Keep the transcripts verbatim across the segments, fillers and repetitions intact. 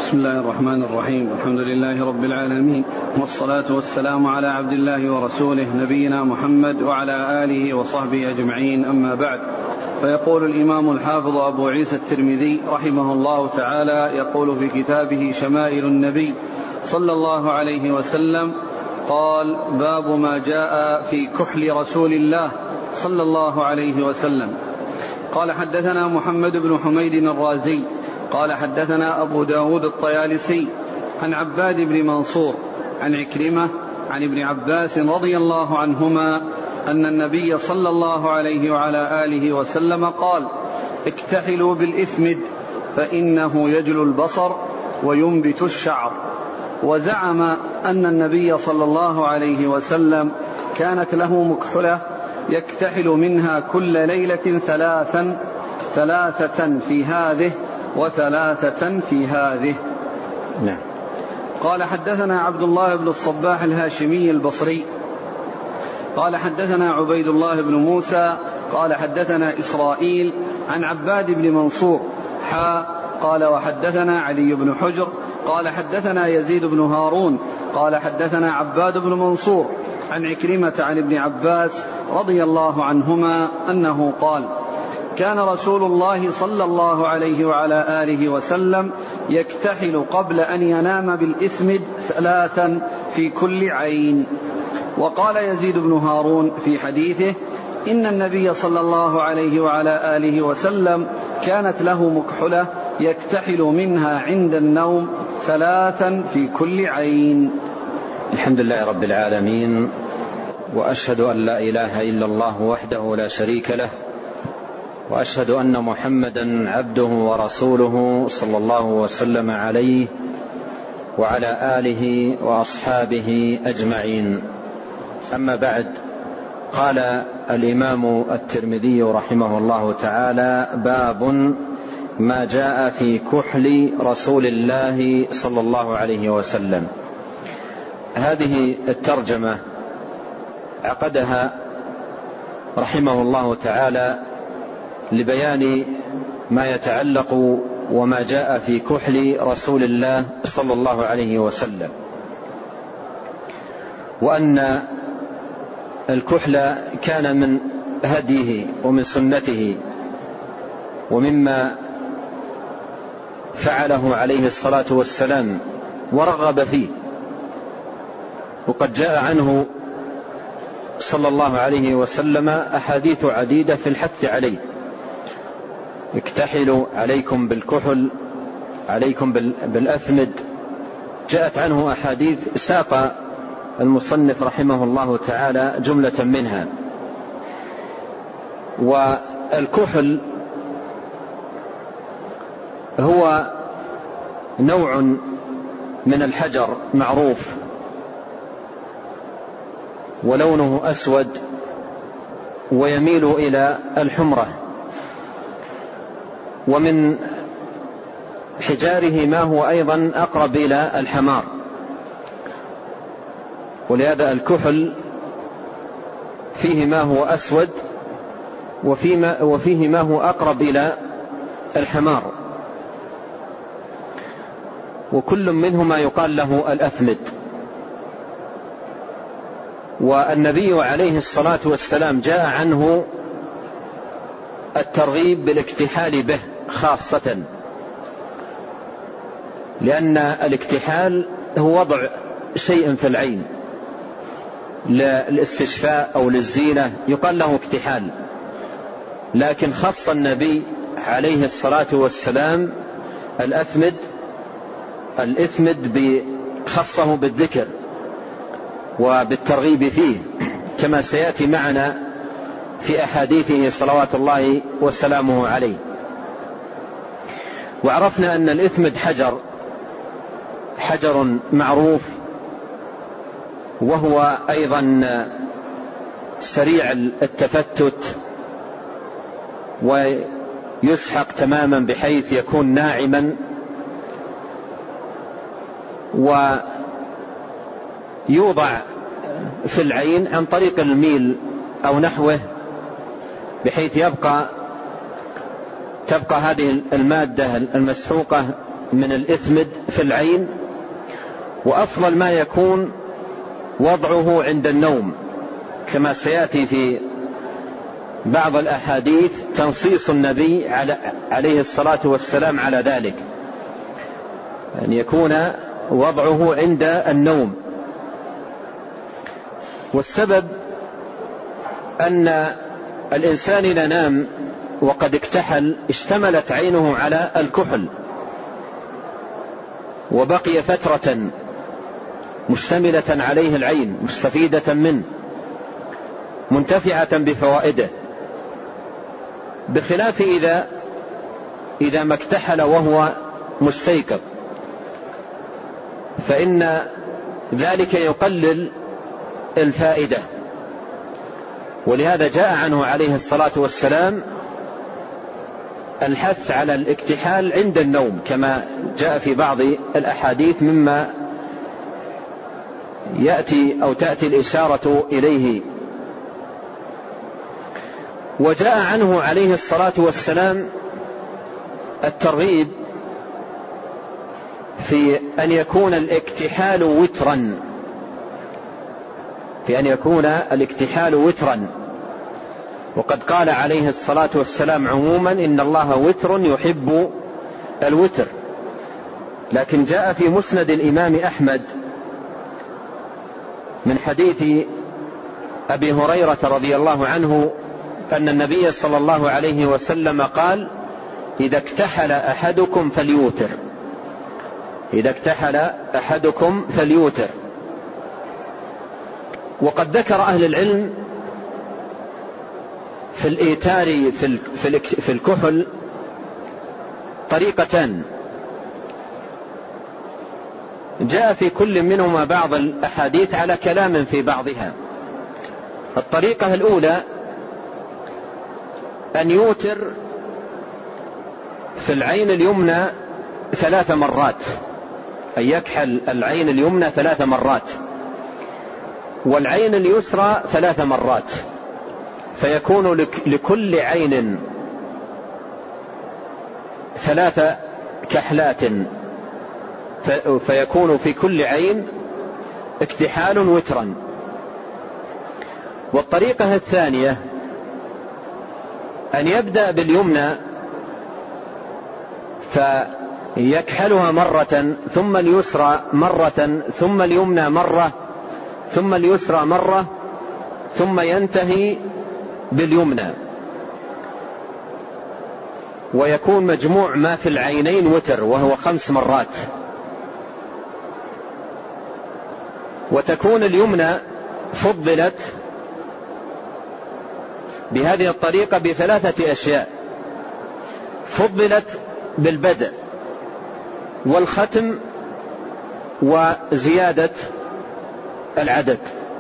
بسم الله الرحمن الرحيم. الحمد لله رب العالمين، والصلاة والسلام على عبد الله ورسوله نبينا محمد وعلى آله وصحبه أجمعين، أما بعد. فيقول الإمام الحافظ أبو عيسى الترمذي رحمه الله تعالى، يقول في كتابه شمائل النبي صلى الله عليه وسلم: قال: باب ما جاء في كحل رسول الله صلى الله عليه وسلم. قال: حدثنا محمد بن حميد الرازي قال: حدثنا أبو داود الطيالسي عن عباد بن منصور عن عكرمة عن ابن عباس رضي الله عنهما أن النبي صلى الله عليه وعلى آله وسلم قال: اكتحلوا بالإثمد فإنه يجل البصر وينبت الشعر. وزعم أن النبي صلى الله عليه وسلم كانت له مكحلة يكتحل منها كل ليلة ثلاثا ثلاثة في هذه وثلاثة في هذه. نعم. قال: حدثنا عبد الله بن الصباح الهاشمي البصري قال: حدثنا عبيد الله بن موسى قال: حدثنا إسرائيل عن عباد بن منصور حا قال: وحدثنا علي بن حجر قال: حدثنا يزيد بن هارون قال: حدثنا عباد بن منصور عن عكرمة عن ابن عباس رضي الله عنهما أنه قال: كان رسول الله صلى الله عليه وعلى آله وسلم يكتحل قبل أن ينام بالإثمد ثلاثا في كل عين. وقال يزيد بن هارون في حديثه: إن النبي صلى الله عليه وعلى آله وسلم كانت له مكحلة يكتحل منها عند النوم ثلاثا في كل عين. الحمد لله رب العالمين، وأشهد أن لا إله إلا الله وحده لا شريك له، وأشهد أن محمدا عبده ورسوله صلى الله وسلم عليه وعلى آله وأصحابه أجمعين. أما بعد، قال الإمام الترمذي رحمه الله تعالى: باب ما جاء في كحل رسول الله صلى الله عليه وسلم. هذه الترجمة عقدها رحمه الله تعالى لبيان ما يتعلق وما جاء في كحل رسول الله صلى الله عليه وسلم، وأن الكحل كان من هديه ومن سنته ومما فعله عليه الصلاة والسلام ورغب فيه، وقد جاء عنه صلى الله عليه وسلم أحاديث عديدة في الحث عليه: اكتحلوا، عليكم بالكحل، عليكم بالأثمد. جاءت عنه أحاديث ساق المصنف رحمه الله تعالى جملة منها. والكحل هو نوع من الحجر معروف، ولونه أسود ويميل إلى الحمرة، ومن حجاره ما هو أيضا أقرب إلى الحمار، ولهذا الكحل فيه ما هو أسود وفيه ما هو أقرب إلى الحمار، وكل منهما يقال له الأثمد. والنبي عليه الصلاة والسلام جاء عنه الترغيب بالاكتحال به خاصة، لأن الاكتحال هو وضع شيء في العين للاستشفاء أو للزينة، يقال له اكتحال. لكن خص النبي عليه الصلاة والسلام الأثمد الإثمد خصه بالذكر وبالترغيب فيه، كما سيأتي معنا في أحاديثه صلوات الله وسلامه عليه. وعرفنا أن الإثمد حجر حجر معروف، وهو أيضا سريع التفتت ويسحق تماما بحيث يكون ناعما، ويوضع في العين عن طريق الميل أو نحوه، بحيث يبقى تبقى هذه المادة المسحوقة من الإثمد في العين، وأفضل ما يكون وضعه عند النوم، كما سيأتي في بعض الأحاديث تنصيص النبي عليه الصلاة والسلام على ذلك، أن يكون وضعه عند النوم. والسبب أن الإنسان إذا نام وقد اكتحل اشتملت عينه على الكحل، وبقي فترة مشتملة عليه العين، مستفيدة منه، منتفعة بفوائده، بخلاف إذا إذا ما اكتحل وهو مستيقظ، فإن ذلك يقلل الفائدة. ولهذا جاء عنه عليه الصلاة والسلام الحث على الاكتحال عند النوم، كما جاء في بعض الأحاديث مما يأتي أو تأتي الإشارة إليه. وجاء عنه عليه الصلاة والسلام الترغيب في أن يكون الاكتحال وترا، في أن يكون الاكتحال وترا. وقد قال عليه الصلاة والسلام عموما إن الله وتر يحب الوتر. لكن جاء في مسند الإمام أحمد من حديث أبي هريرة رضي الله عنه أن النبي صلى الله عليه وسلم قال: إذا اكتحل أحدكم فليوتر، إذا اكتحل أحدكم فليوتر. وقد ذكر أهل العلم في الإيتار في الكحل طريقتان، جاء في كل منهما بعض الأحاديث على كلام في بعضها. الطريقة الأولى أن يوتر في العين اليمنى ثلاث مرات، أن يكحل العين اليمنى ثلاث مرات والعين اليسرى ثلاث مرات، فيكون لكل عين ثلاث كحلات، فيكون في كل عين اكتحال وترا. والطريقة الثانية أن يبدأ باليمنى فيكحلها مرة، ثم اليسرى مرة، ثم اليمنى مرة، ثم اليسرى مرة، ثم ينتهي باليمنى، ويكون مجموع ما في العينين وتر، وهو خمس مرات. وتكون اليمنى فضلت بهذه الطريقة بثلاثة أشياء: فضلت بالبدء والختم وزيادة العدد.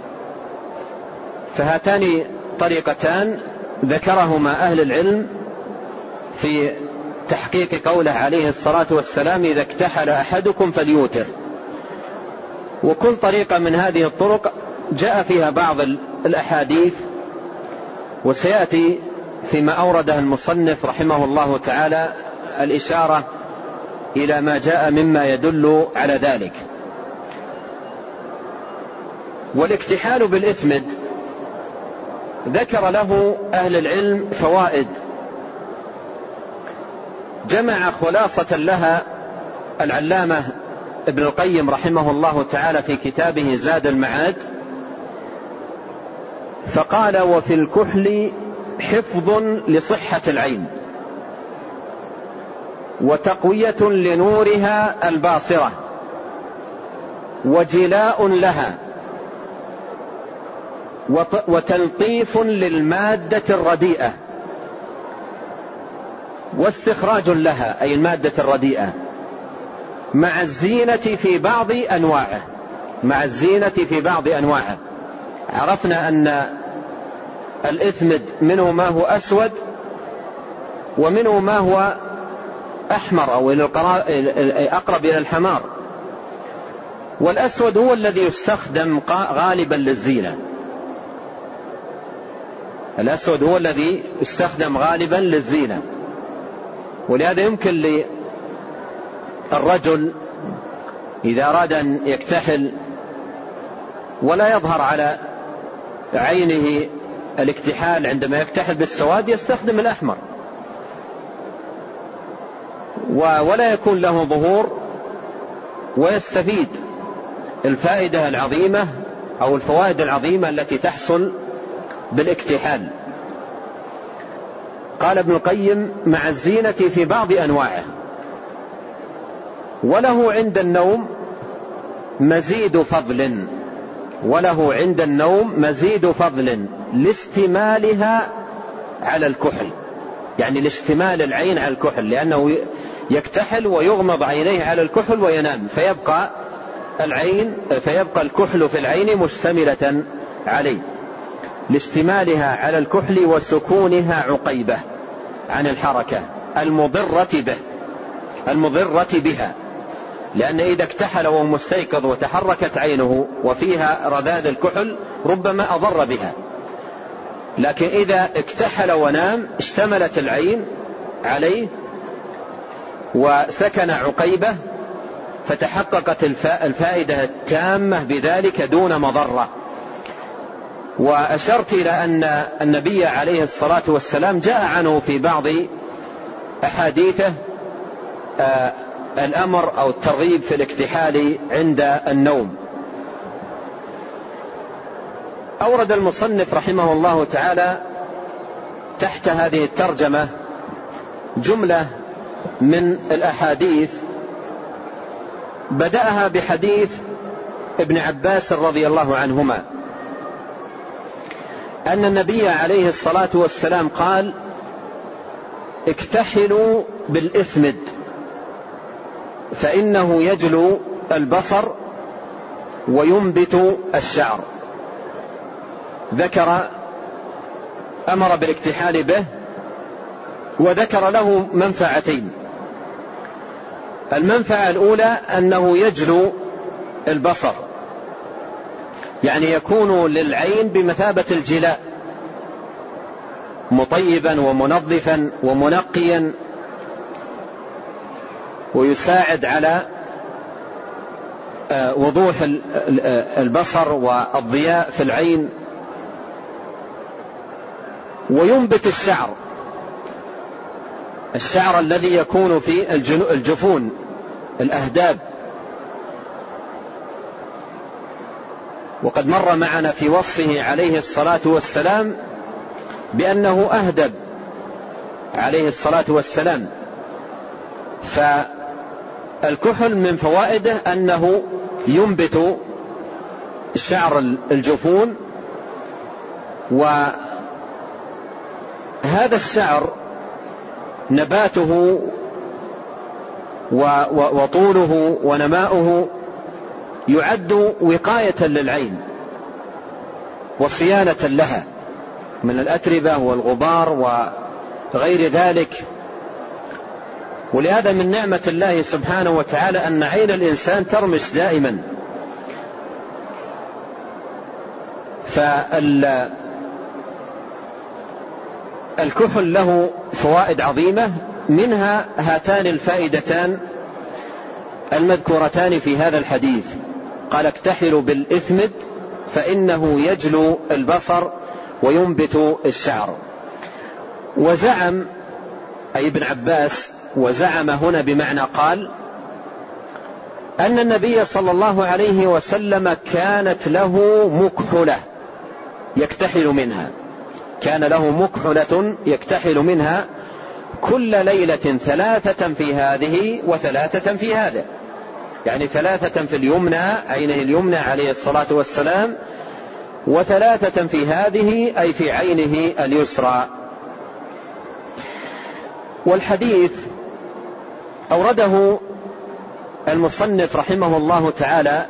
فهاتان طريقتان ذكرهما أهل العلم في تحقيق قوله عليه الصلاة والسلام: إذا اكتحل أحدكم فليوتر. وكل طريقة من هذه الطرق جاء فيها بعض الأحاديث، وسيأتي فيما أورده المصنف رحمه الله تعالى الإشارة إلى ما جاء مما يدل على ذلك. والاكتحال بالإثمد ذكر له أهل العلم فوائد، جمع خلاصة لها العلامة ابن القيم رحمه الله تعالى في كتابه زاد المعاد، فقال: وفي الكحل حفظ لصحة العين، وتقوية لنورها الباصرة، وجلاء لها، وتلطيف للمادة الرديئة، واستخراج لها أي المادة الرديئة، مع الزينة في بعض أنواعه، مع الزينة في بعض أنواعه. عرفنا أن الإثمد منه ما هو أسود، ومنه ما هو أحمر أو أقرب إلى الحمار، والأسود هو الذي يستخدم غالبا للزينة، الأسود هو الذي يستخدم غالبا للزينة. ولهذا يمكن الرجل إذا أراد أن يكتحل ولا يظهر على عينه الاكتحال عندما يكتحل بالسواد يستخدم الأحمر، ولا يكون له ظهور، ويستفيد الفائدة العظيمة أو الفوائد العظيمة التي تحصل بالاكتحال. قال ابن القيم: مع الزينة في بعض أنواعه، وله عند النوم مزيد فضل وله عند النوم مزيد فضل لاستمالها على الكحل، يعني لاشتمال العين على الكحل، لأنه يكتحل ويغمض عينيه على الكحل وينام، فيبقى العين فيبقى الكحل في العين مشتملة عليه، لاشتمالها على الكحل وسكونها عقيبة عن الحركة المضرة به المضرة بها، لأن إذا اكتحل وهو مستيقظ وتحركت عينه وفيها رذاذ الكحل ربما أضر بها، لكن إذا اكتحل ونام اشتملت العين عليه وسكن عقيبة، فتحققت الفائدة التامة بذلك دون مضرة. وأشرت إلى أن النبي عليه الصلاة والسلام جاء عنه في بعض أحاديثه آه الأمر أو الترغيب في الاكتحال عند النوم. أورد المصنف رحمه الله تعالى تحت هذه الترجمة جملة من الأحاديث، بدأها بحديث ابن عباس رضي الله عنهما أن النبي عليه الصلاة والسلام قال: اكتحلوا بالإثمد فإنه يجلو البصر وينبت الشعر. ذكر أمر بالاكتحال به، وذكر له منفعتين. المنفعة الأولى أنه يجلو البصر، يعني يكون للعين بمثابة الجلاء، مطيبا ومنظفا ومنقيا، ويساعد على وضوح البصر والضياء في العين. وينبت الشعر، الشعر الذي يكون في الجفون الأهداب، وقد مر معنا في وصفه عليه الصلاة والسلام بأنه أهدب عليه الصلاة والسلام. فالكحل من فوائده أنه ينبت شعر الجفون، وهذا الشعر نباته وطوله ونماؤه يعد وقاية للعين وصيانة لها من الأتربة والغبار وغير ذلك. ولهذا من نعمة الله سبحانه وتعالى أن عين الإنسان ترمش دائما. فالكحل له فوائد عظيمة، منها هاتان الفائدتان المذكورتان في هذا الحديث. قال: اكتحلوا بالإثمد فإنه يجلو البصر وينبت الشعر. وزعم أي ابن عباس، وزعم هنا بمعنى قال، أن النبي صلى الله عليه وسلم كانت له مكحلة يكتحل منها، كان له مكحلة يكتحل منها كل ليلة ثلاثة في هذه وثلاثة في هذا، يعني ثلاثة في اليمنى عينه اليمنى عليه الصلاة والسلام، وثلاثة في هذه أي في عينه اليسرى. والحديث أورده المصنف رحمه الله تعالى،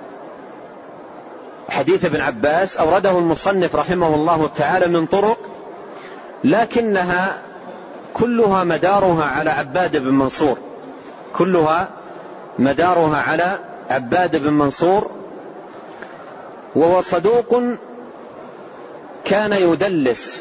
حديث ابن عباس أورده المصنف رحمه الله تعالى من طرق، لكنها كلها مدارها على عباد بن منصور، كلها مدارها على عباد بن منصور، وهو صدوق كان يدلس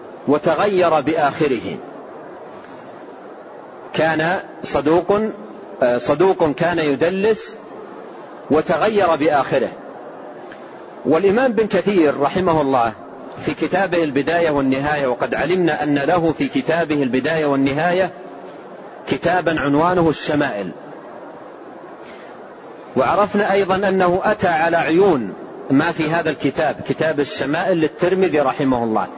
وتغير بآخره، كان صدوق صدوق كان يدلس وتغير بآخره. والإمام بن كثير رحمه الله في كتابه البداية والنهاية، وقد علمنا أن له في كتابه البداية والنهاية كتابا عنوانه الشمائل، وعرفنا أيضا أنه أتى على عيون ما في هذا الكتاب، كتاب الشمائل للترمذي رحمه الله.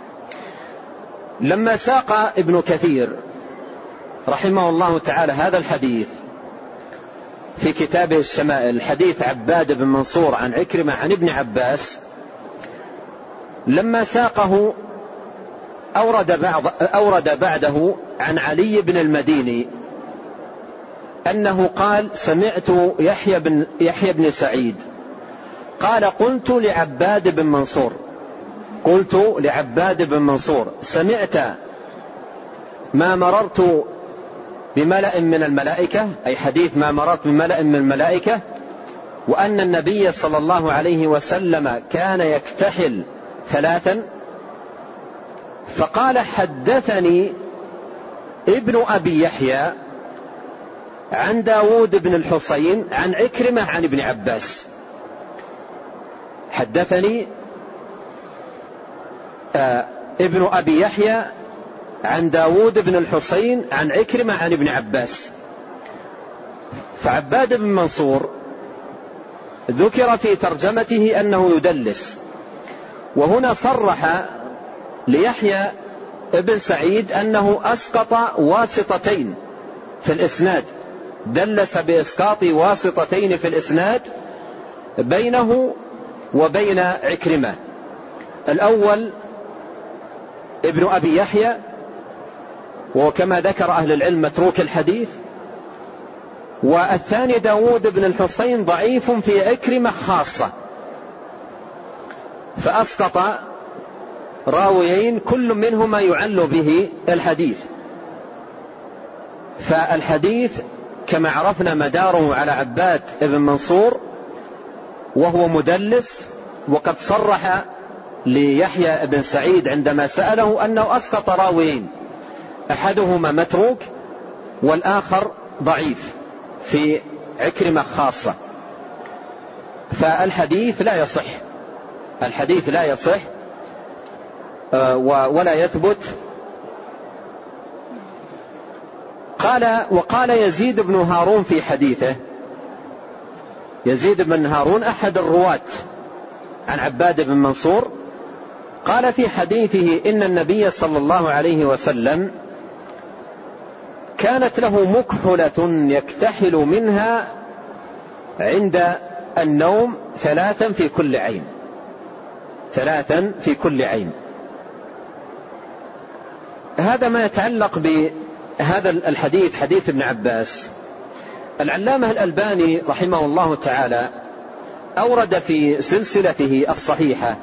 لما ساق ابن كثير رحمه الله تعالى هذا الحديث في كتابه الشمائل، حديث عباد بن منصور عن عكرمة عن ابن عباس، لما ساقه أورد, بعض أورد بعده عن علي بن المديني أنه قال: سمعت يحيى بن, يحيى بن سعيد قال: قلت لعباد بن منصور قلت لعباد بن منصور سمعت ما مررت بملأ من الملائكة، أي حديث ما مررت بملأ من الملائكة، وأن النبي صلى الله عليه وسلم كان يكتحل ثلاثا؟ فقال: حدثني ابن أبي يحيى عن داود بن الحصين عن عكرمة عن ابن عباس. حدثني آه ابن أبي يحيى عن داود بن الحصين عن عكرمة عن ابن عباس. فعباد بن منصور ذكر في ترجمته أنه يدلس، وهنا صرح ليحيى ابن سعيد أنه أسقط واسطتين في الإسناد، دلس بإسقاط واسطتين في الإسناد بينه وبين عكرمة. الأول ابن أبي يحيى، وكما ذكر أهل العلم متروك الحديث، والثاني داود بن الحصين ضعيف في عكرمة خاصة، فأسقط راويين كل منهما يعل به الحديث. فالحديث كما عرفنا مداره على عباد بن منصور وهو مدلس، وقد صرح ليحيى بن سعيد عندما سأله أنه أسقط راويين، أحدهما متروك والآخر ضعيف في عكرمة خاصة. فالحديث لا يصح، الحديث لا يصح ولا يثبت. قال وقال يزيد بن هارون في حديثه، يزيد بن هارون أحد الرواة عن عباد بن منصور، قال في حديثه إن النبي صلى الله عليه وسلم كانت له مكحلة يكتحل منها عند النوم ثلاثا في كل عين، ثلاثا في كل عين. هذا ما يتعلق بهذا الحديث، حديث ابن عباس. العلامة الألباني رحمه الله تعالى أورد في سلسلته الصحيحة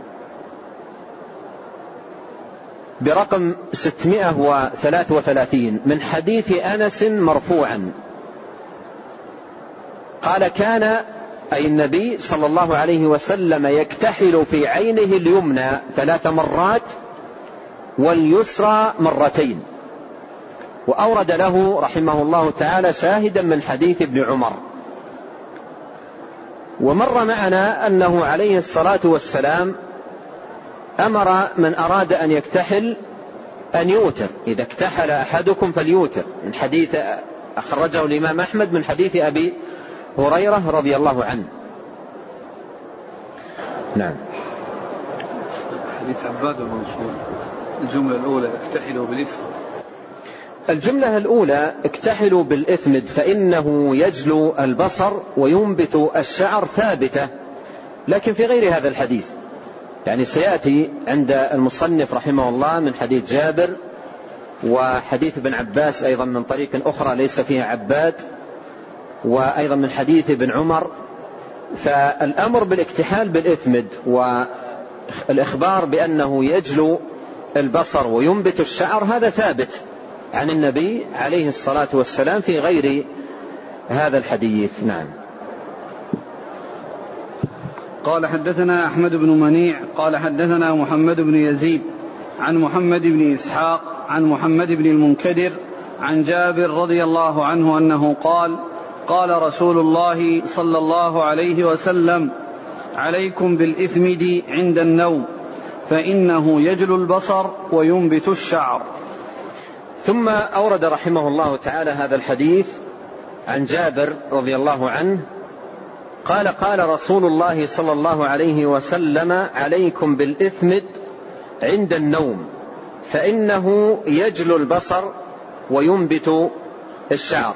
برقم ستمائة وثلاثة وثلاثين من حديث أنس مرفوعا قال: كان أي النبي صلى الله عليه وسلم يكتحل في عينه اليمنى ثلاث مرات واليسرى مرتين. وأورد له رحمه الله تعالى شاهدا من حديث ابن عمر. ومر معنا أنه عليه الصلاة والسلام أمر من أراد أن يكتحل أن يوتر، إذا اكتحل أحدكم فليوتر، من حديث أخرجه الإمام أحمد من حديث أبي هريرة رضي الله عنه. نعم. حديث عباد بن منصور الجملة الأولى اكتحلوا بالإثم، الجملة الأولى اكتحلوا بالإثمد فإنه يجلو البصر وينبت الشعر ثابتة، لكن في غير هذا الحديث، يعني سيأتي عند المصنف رحمه الله من حديث جابر وحديث ابن عباس أيضا من طريق أخرى ليس فيها عباد، وأيضا من حديث ابن عمر. فالأمر بالاكتحال بالإثمد والإخبار بأنه يجلو البصر وينبت الشعر هذا ثابت عن النبي عليه الصلاة والسلام في غير هذا الحديث. نعم. قال: حدثنا أحمد بن منيع قال حدثنا محمد بن يزيد عن محمد بن إسحاق عن محمد بن المنكدر عن جابر رضي الله عنه أنه قال قال رسول الله صلى الله عليه وسلم عليكم بالإثمد عند النوم فإنه يجلو البصر وينبت الشعر. ثم أورد رحمه الله تعالى هذا الحديث عن جابر رضي الله عنه قال قال رسول الله صلى الله عليه وسلم عليكم بالإثمد عند النوم فإنه يجلو البصر وينبت الشعر.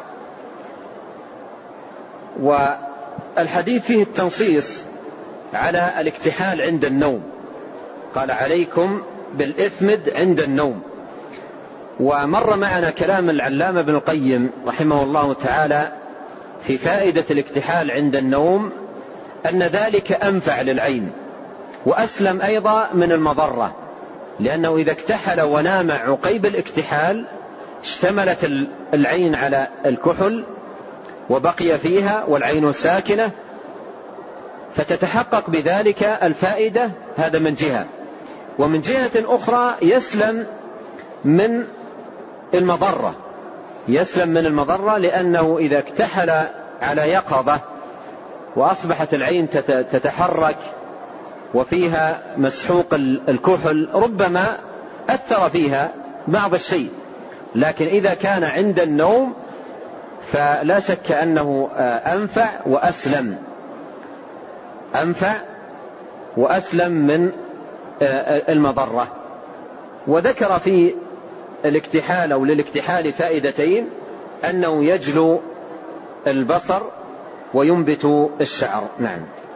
والحديث فيه التنصيص على الاكتحال عند النوم، قال عليكم بالإثمد عند النوم. ومر معنا كلام العلامة ابن القيم رحمه الله تعالى في فائدة الاكتحال عند النوم أن ذلك أنفع للعين وأسلم أيضا من المضرة، لأنه إذا اكتحل ونام عقيب الاكتحال اشتملت العين على الكحل وبقي فيها والعين ساكنة، فتتحقق بذلك الفائدة. هذا من جهة، ومن جهة أخرى يسلم من المضرة يسلم من المضرة لأنه إذا اكتحل على يقظة وأصبحت العين تتحرك وفيها مسحوق الكحل ربما أثر فيها بعض الشيء، لكن إذا كان عند النوم فلا شك أنه أنفع وأسلم أنفع وأسلم من المضرة. وذكر في الاكتحال أو للاكتحال فائدتين، أنه يجلو البصر وينبت الشعر. نعم.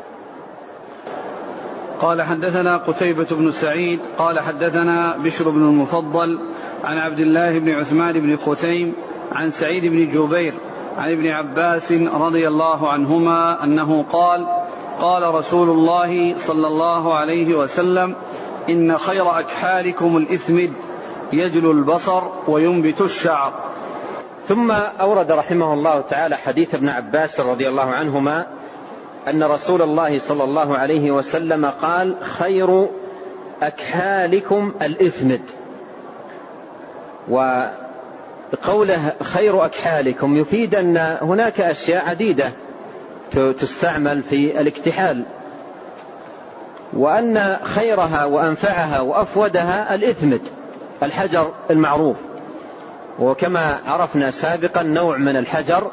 قال حدثنا قتيبة بن سعيد قال حدثنا بشر بن المفضل عن عبد الله بن عثمان بن خثيم عن سعيد بن جبير عن ابن عباس رضي الله عنهما أنه قال قال رسول الله صلى الله عليه وسلم إن خير أكحالكم الإثمد يجلو البصر وينبت الشعر. ثم أورد رحمه الله تعالى حديث ابن عباس رضي الله عنهما أن رسول الله صلى الله عليه وسلم قال خير أكحالكم الإثمد. وقوله خير أكحالكم يفيد أن هناك أشياء عديدة تستعمل في الاكتحال، وأن خيرها وأنفعها وأفودها الإثمد الحجر المعروف. وكما عرفنا سابقا نوع من الحجر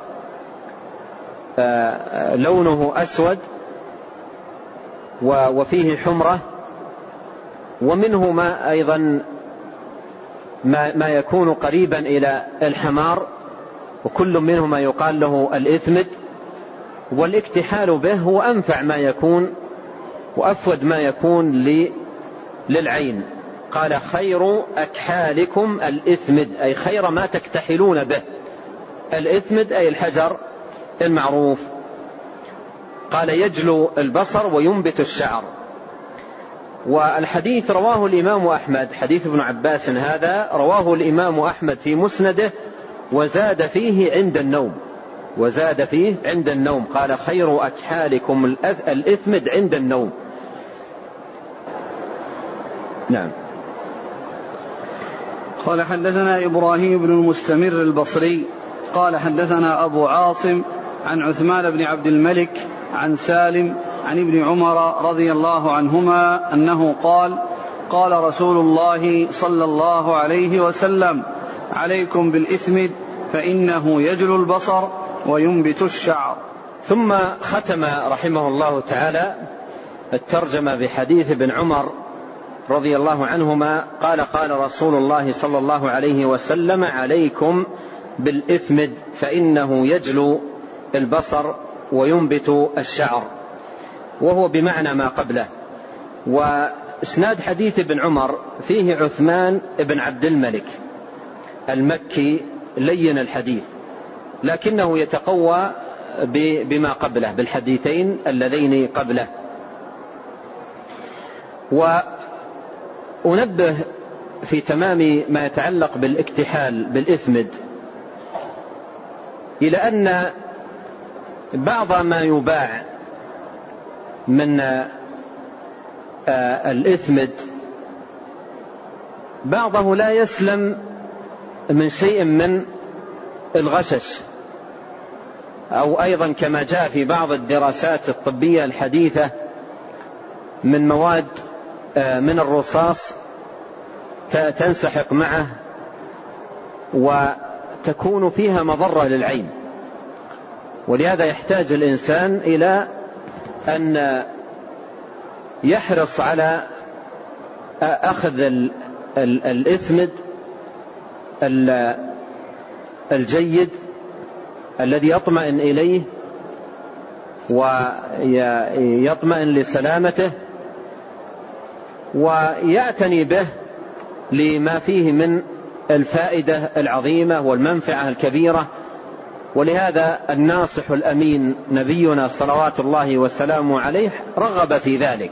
لونه أسود وفيه حمرة، ومنه ما أيضا ما يكون قريبا إلى الحمار، وكل منهما يقال له الإثمد. والاكتحال به هو أنفع ما يكون وأفود ما يكون للعين. قال خير أكحالكم الإثمد أي خير ما تكتحلون به. الإثمد أي الحجر المعروف. قال يجلو البصر وينبت الشعر. والحديث رواه الإمام أحمد، حديث ابن عباس هذا رواه الإمام أحمد في مسنده وزاد فيه عند النوم وزاد فيه عند النوم قال خير أكحالكم الإثمد عند النوم. نعم. قال حدثنا إبراهيم بن المستمر البصري قال حدثنا أبو عاصم عن عثمان بن عبد الملك عن سالم عن ابن عمر رضي الله عنهما أنه قال قال رسول الله صلى الله عليه وسلم عليكم بالإثمد فإنه يجلو البصر وينبت الشعر. ثم ختم رحمه الله تعالى الترجمة بحديث ابن عمر رضي الله عنهما قال قال رسول الله صلى الله عليه وسلم عليكم بالإثمد فإنه يجلو البصر وينبت الشعر، وهو بمعنى ما قبله. وإسناد حديث ابن عمر فيه عثمان بن عبد الملك المكي لين الحديث، لكنه يتقوى بما قبله بالحديثين اللذين قبله. وأنبه في تمام ما يتعلق بالاكتحال بالإثمد إلى أن بعض ما يباع من الإثمد بعضه لا يسلم من شيء من الغشش، أو أيضا كما جاء في بعض الدراسات الطبية الحديثة من مواد من الرصاص تنسحق معه وتكون فيها مضرة للعين. ولهذا يحتاج الإنسان إلى أن يحرص على أخذ الإثمد الجيد الذي يطمئن إليه ويطمئن لسلامته، ويعتني به لما فيه من الفائدة العظيمة والمنفعة الكبيرة. ولهذا الناصح الأمين نبينا صلوات الله وسلامه عليه رغب في ذلك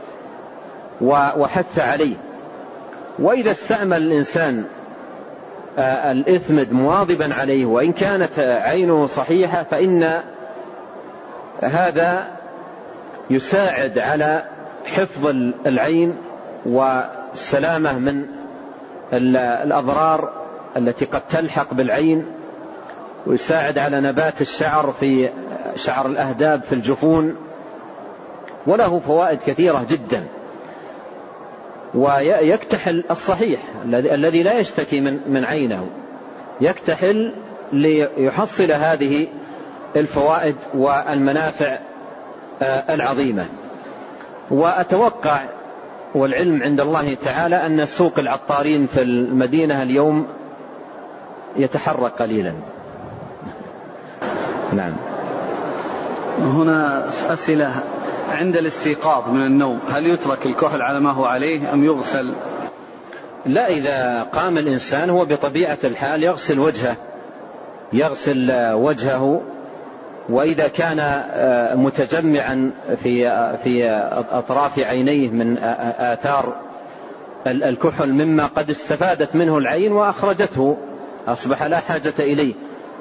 وحث عليه. وإذا استعمل الإنسان الإثمد مواظبا عليه وإن كانت عينه صحيحة، فإن هذا يساعد على حفظ العين والسلامة من الأضرار التي قد تلحق بالعين، ويساعد على نبات الشعر في شعر الأهداب في الجفون، وله فوائد كثيرة جدا. ويكتحل الصحيح الذي لا يشتكي من من عينه، يكتحل ليحصل هذه الفوائد والمنافع العظيمة. وأتوقع والعلم عند الله تعالى أن سوق العطارين في المدينة اليوم يتحرك قليلا. نعم. هنا أسئلة عند الاستيقاظ من النوم، هل يترك الكحل على ما هو عليه أم يغسل؟ لا، إذا قام الإنسان هو بطبيعة الحال يغسل وجهه يغسل وجهه وإذا كان متجمعا في في أطراف عينيه من آثار الكحل مما قد استفادت منه العين وأخرجته أصبح لا حاجة إليه،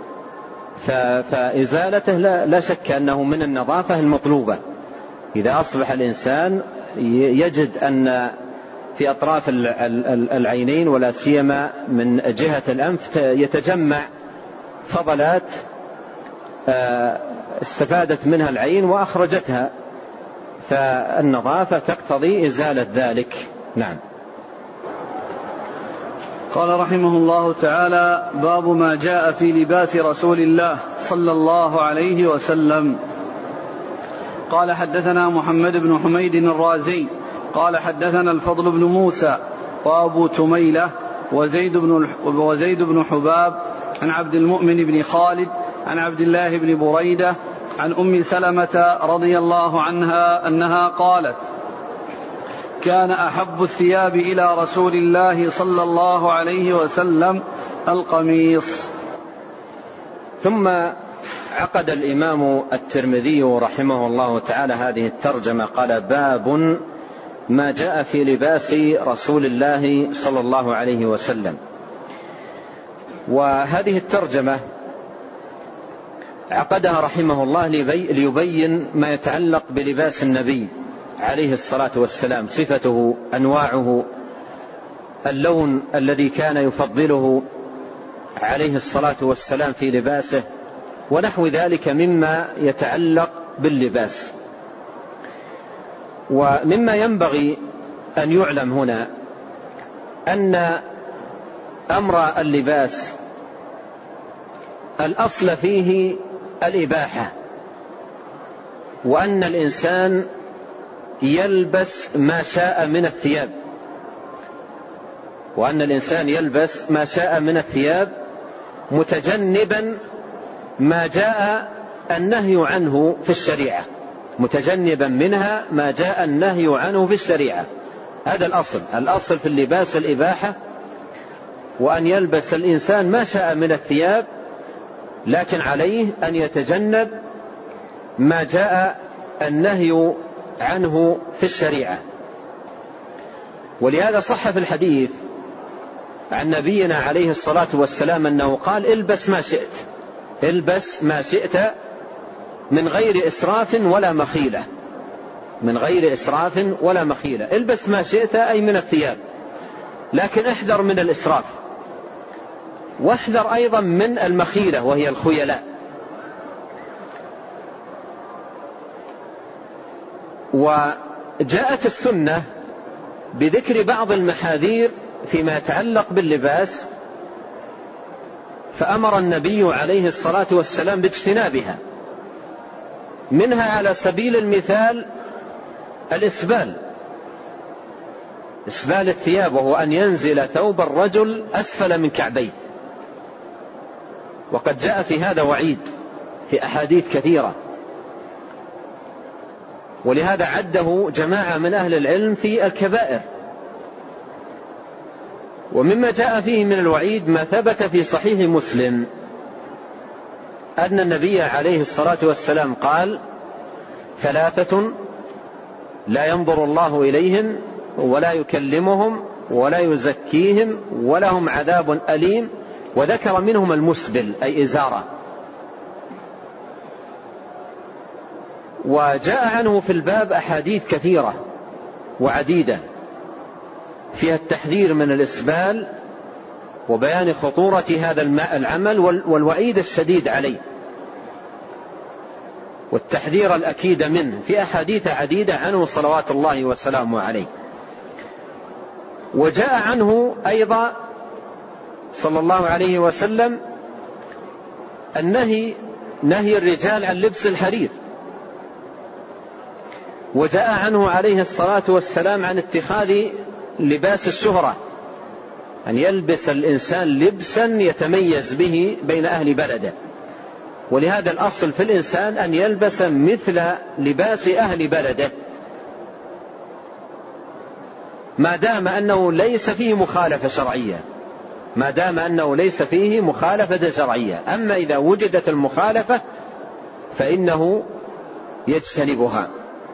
فإزالته لا شك أنه من النظافة المطلوبة. إذا أصبح الإنسان يجد أن في أطراف العينين ولا سيما من جهة الأنف يتجمع فضلات استفادت منها العين وأخرجتها، فالنظافة تقتضي إزالة ذلك. نعم. قال رحمه الله تعالى: باب ما جاء في لباس رسول الله صلى الله عليه وسلم. قال: حدثنا محمد بن حميد الرازي قال: حدثنا الفضل بن موسى وأبو تميلة وزيد بن, وزيد بن حباب عن عبد المؤمن بن خالد عن عبد الله بن بريدة عن أم سلمة رضي الله عنها أنها قالت: كان أحب الثياب إلى رسول الله صلى الله عليه وسلم القميص. ثم عقد الإمام الترمذي رحمه الله تعالى هذه الترجمة، قال: باب ما جاء في لباس رسول الله صلى الله عليه وسلم. وهذه الترجمة عقدها رحمه الله ليبين ما يتعلق بلباس النبي عليه الصلاة والسلام، صفته، أنواعه، اللون الذي كان يفضله عليه الصلاة والسلام في لباسه، ونحو ذلك مما يتعلق باللباس. ومما ينبغي أن يعلم هنا أن أمر اللباس الأصل فيه الإباحة، وأن الإنسان يلبس ما شاء من الثياب وأن الإنسان يلبس ما شاء من الثياب متجنبا ما جاء النهي عنه في الشريعة، متجنبا منها ما جاء النهي عنه في الشريعة. هذا الأصل الأصل في اللباس الإباحة، وأن يلبس الإنسان ما شاء من الثياب، لكن عليه أن يتجنب ما جاء النهي عنه في الشريعة. ولهذا صح في الحديث عن نبينا عليه الصلاة والسلام أنه قال: البس ما شئت البس ما شئت من غير إسراف ولا مخيلة من غير إسراف ولا مخيلة البس ما شئت أي من الثياب، لكن احذر من الإسراف، واحذر أيضا من المخيلة وهي الخيلاء. وجاءت السنة بذكر بعض المحاذير فيما يتعلق باللباس، فأمر النبي عليه الصلاة والسلام باجتنابها، منها على سبيل المثال الإسبال، إسبال الثياب، وهو أن ينزل ثوب الرجل أسفل من كعبيه، وقد جاء في هذا وعيد في أحاديث كثيرة، ولهذا عده جماعة من أهل العلم في الكبائر. ومما جاء فيه من الوعيد ما ثبت في صحيح مسلم أن النبي عليه الصلاة والسلام قال: ثلاثة لا ينظر الله إليهم ولا يكلمهم ولا يزكيهم ولهم عذاب أليم، وذكر منهم المسبل أي إزارة. وجاء عنه في الباب أحاديث كثيرة وعديدة فيها التحذير من الإسبال وبيان خطورة هذا العمل والوعيد الشديد عليه والتحذير الأكيد منه، في أحاديث عديدة عنه صلوات الله وسلامه عليه. وجاء عنه أيضا صلى الله عليه وسلم النهي نهي الرجال عن لبس الحرير، وجاء عنه عليه الصلاة والسلام عن اتخاذ لباس الشهرة، أن يلبس الإنسان لبسا يتميز به بين أهل بلده. ولهذا الأصل في الإنسان أن يلبس مثل لباس أهل بلده ما دام أنه ليس فيه مخالفة شرعية، ما دام أنه ليس فيه مخالفة شرعية. أما إذا وجدت المخالفة فإنه يجتنبها.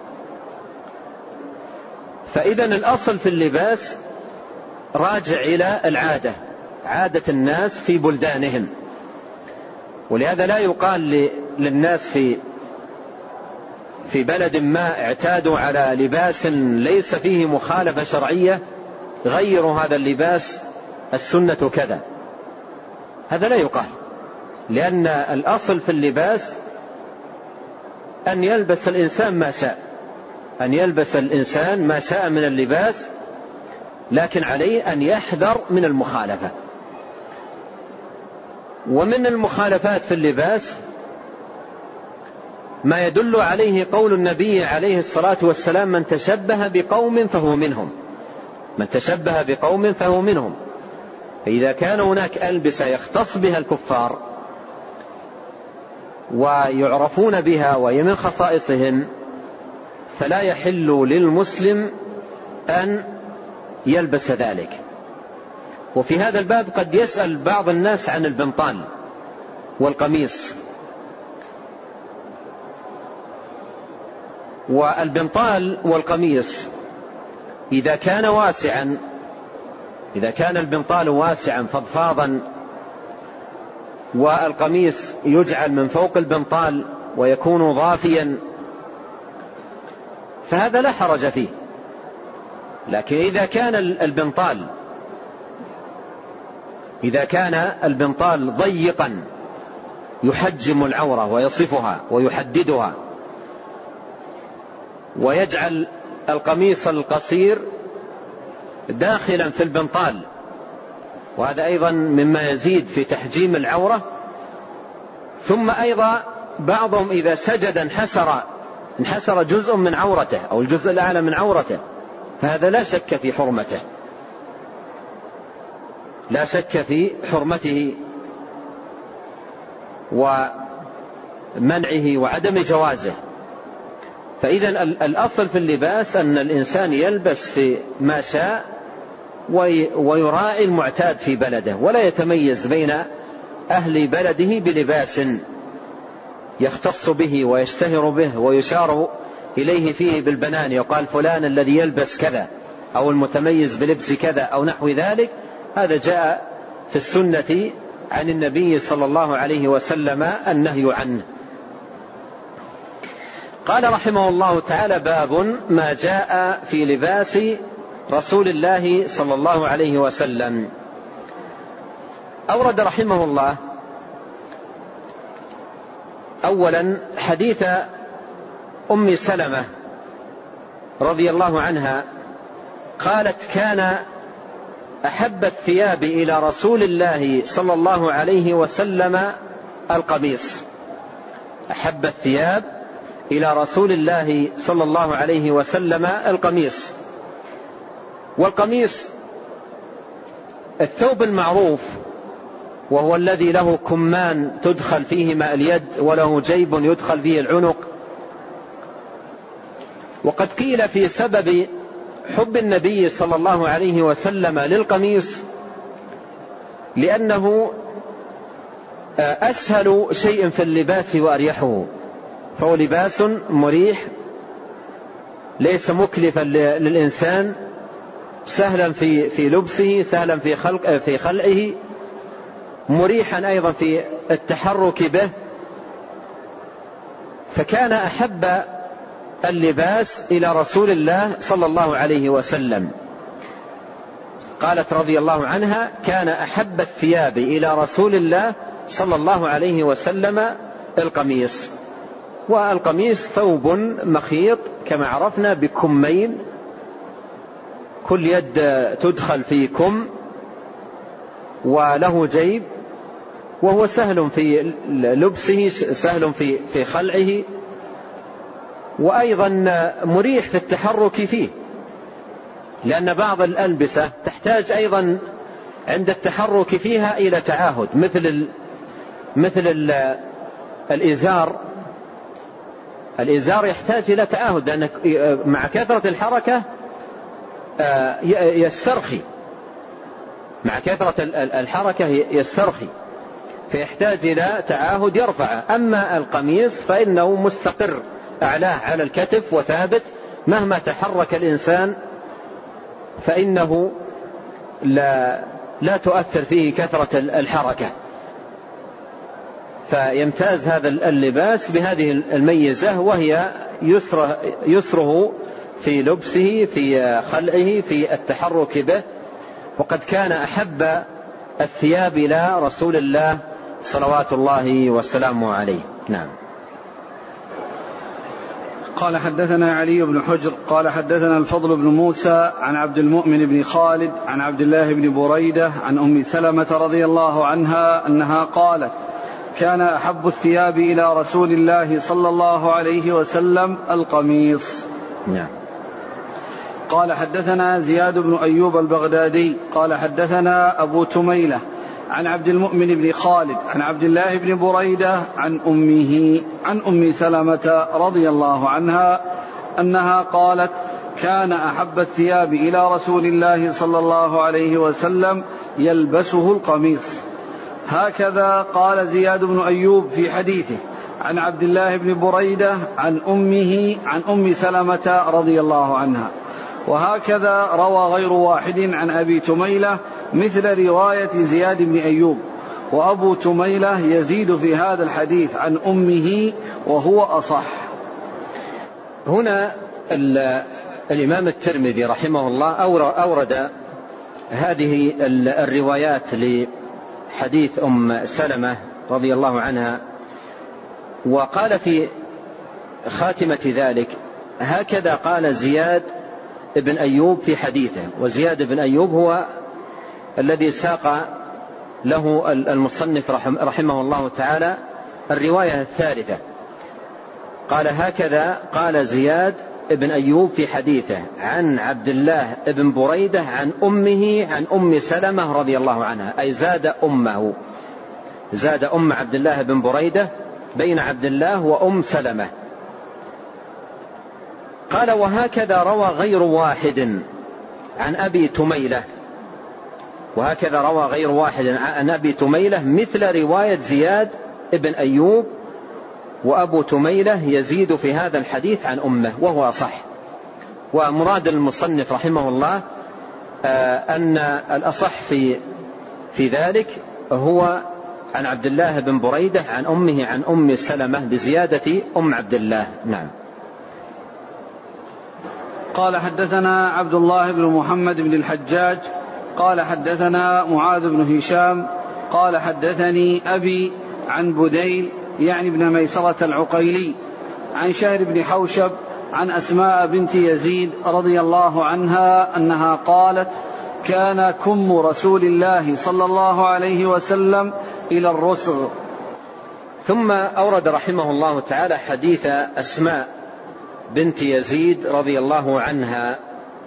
فإذا الأصل في اللباس راجع إلى العادة، عادة الناس في بلدانهم. ولهذا لا يقال للناس في في بلد ما اعتادوا على لباس ليس فيه مخالفة شرعية غيروا هذا اللباس، السنة كذا، هذا لا يقال، لأن الأصل في اللباس أن يلبس الإنسان ما شاء، أن يلبس الإنسان ما شاء من اللباس، لكن عليه أن يحذر من المخالفة. ومن المخالفات في اللباس ما يدل عليه قول النبي عليه الصلاة والسلام: من تشبه بقوم فهو منهم، من تشبه بقوم فهو منهم. فإذا كان هناك ألبسة يختص بها الكفار ويعرفون بها وهي من خصائصهم، فلا يحل للمسلم أن يلبس ذلك. وفي هذا الباب قد يسأل بعض الناس عن البنطال والقميص. والبنطال والقميص إذا كان واسعا، إذا كان البنطال واسعا فضفاضا والقميص يجعل من فوق البنطال ويكون ضافيا، فهذا لا حرج فيه. لكن إذا كان البنطال إذا كان البنطال ضيقا يحجم العورة ويصفها ويحددها، ويجعل القميص القصير داخلا في البنطال، وهذا أيضا مما يزيد في تحجيم العورة. ثم أيضا بعضهم إذا سجد انحسر انحسر جزء من عورته أو الجزء الأعلى من عورته، فهذا لا شك في حرمته، لا شك في حرمته ومنعه وعدم جوازه. فإذا الأصل في اللباس أن الإنسان يلبس في ما شاء ويراعي المعتاد في بلده، ولا يتميز بين أهل بلده بلباس يختص به ويشتهر به ويشار إليه فيه بالبنان، يقال فلان الذي يلبس كذا أو المتميز بلبس كذا أو نحو ذلك. هذا جاء في السنة عن النبي صلى الله عليه وسلم النهي عنه. قال رحمه الله تعالى: باب ما جاء في لباس رسول الله صلى الله عليه وسلم. أورد رحمه الله أولا حديث أم سلمة رضي الله عنها قالت: كان أحب الثياب إلى رسول الله صلى الله عليه وسلم القميص. أحب الثياب إلى رسول الله صلى الله عليه وسلم القميص. والقميص الثوب المعروف، وهو الذي له كمان تدخل فيهما اليد وله جيب يدخل فيه العنق. وقد قيل في سبب حب النبي صلى الله عليه وسلم للقميص لأنه أسهل شيء في اللباس وأريحه، فهو لباس مريح ليس مكلفا للإنسان، سهلا في في لبسه، سهلا في خلق في خلعه، مريحا أيضا في التحرك به. فكان أحب اللباس إلى رسول الله صلى الله عليه وسلم. قالت رضي الله عنها: كان أحب الثياب إلى رسول الله صلى الله عليه وسلم القميص. والقميص ثوب مخيط كما عرفنا بكمين، كل يد تدخل في كم، وله جيب، وهو سهل في لبسه، سهل في في خلعه، وأيضا مريح في التحرك فيه، لأن بعض الألبسة تحتاج أيضا عند التحرك فيها إلى تعاهد، مثل ال مثل ال الإزار. الإزار يحتاج إلى تعاهد، لأن مع كثرة الحركة يسترخي، مع كثرة الحركة يسترخي، فيحتاج إلى تعاهد يرفعه. أما القميص فإنه مستقر أعلاه على الكتف وثابت، مهما تحرك الإنسان فإنه لا, لا تؤثر فيه كثرة الحركة. فيمتاز هذا اللباس بهذه الميزة، وهي يسره, يسره في لبسه، في خلعه، في التحرك به. وقد كان أحب الثياب إلى رسول الله صلوات الله وسلامه عليه. نعم. قال: حدثنا علي بن حجر قال حدثنا الفضل بن موسى عن عبد المؤمن بن خالد عن عبد الله بن بريدة عن أم سلمة رضي الله عنها أنها قالت: كان أحب الثياب إلى رسول الله صلى الله عليه وسلم القميص. نعم. قال: حدثنا زياد بن أيوب البغدادي قال حدثنا أبو تميلة عن عبد المؤمن بن خالد عن عبد الله بن بريدة عن أمه عن أم سلمة رضي الله عنها أنها قالت: كان أحب الثياب إلى رسول الله صلى الله عليه وسلم يلبسه القميص. هكذا قال زياد بن أيوب في حديثه عن عبد الله بن بريدة عن أمه عن أم سلمة رضي الله عنها. وهكذا روى غير واحد عن أبي تميلة مثل رواية زياد بن أيوب. وأبو تميلة يزيد في هذا الحديث عن أمه وهو أصح. هنا الإمام الترمذي رحمه الله أورد هذه الروايات لحديث أم سلمة رضي الله عنها، وقال في خاتمة ذلك: هكذا قال زياد بن أيوب في حديثه. وزياد بن أيوب هو الذي ساق له المصنف رحمه الله تعالى الرواية الثالثة. قال: هكذا قال زياد بن أيوب في حديثه عن عبد الله بن بريدة عن أمه عن أم سلمة رضي الله عنها، أي زاد أمه، زاد أم عبد الله بن بريدة بين عبد الله وأم سلمة. قال: وهكذا روى غير واحد عن أبي تميلة، وهكذا روى غير واحد عن أبي تميلة مثل رواية زياد بن أيوب، وأبو تميلة يزيد في هذا الحديث عن أمه وهو صح. ومراد المصنف رحمه الله أن الأصح في في ذلك هو عن عبد الله بن بريدة عن أمه عن أم سلمة بزيادة أم عبد الله. نعم. قال: حدثنا عبد الله بن محمد بن الحجاج قال حدثنا معاذ بن هشام قال حدثني أبي عن بديل يعني ابن ميسرة العقيلي عن شهر بن حوشب عن أسماء بنت يزيد رضي الله عنها أنها قالت كان كم رسول الله صلى الله عليه وسلم إلى الرسغ. ثم أورد رحمه الله تعالى حديث أسماء بنت يزيد رضي الله عنها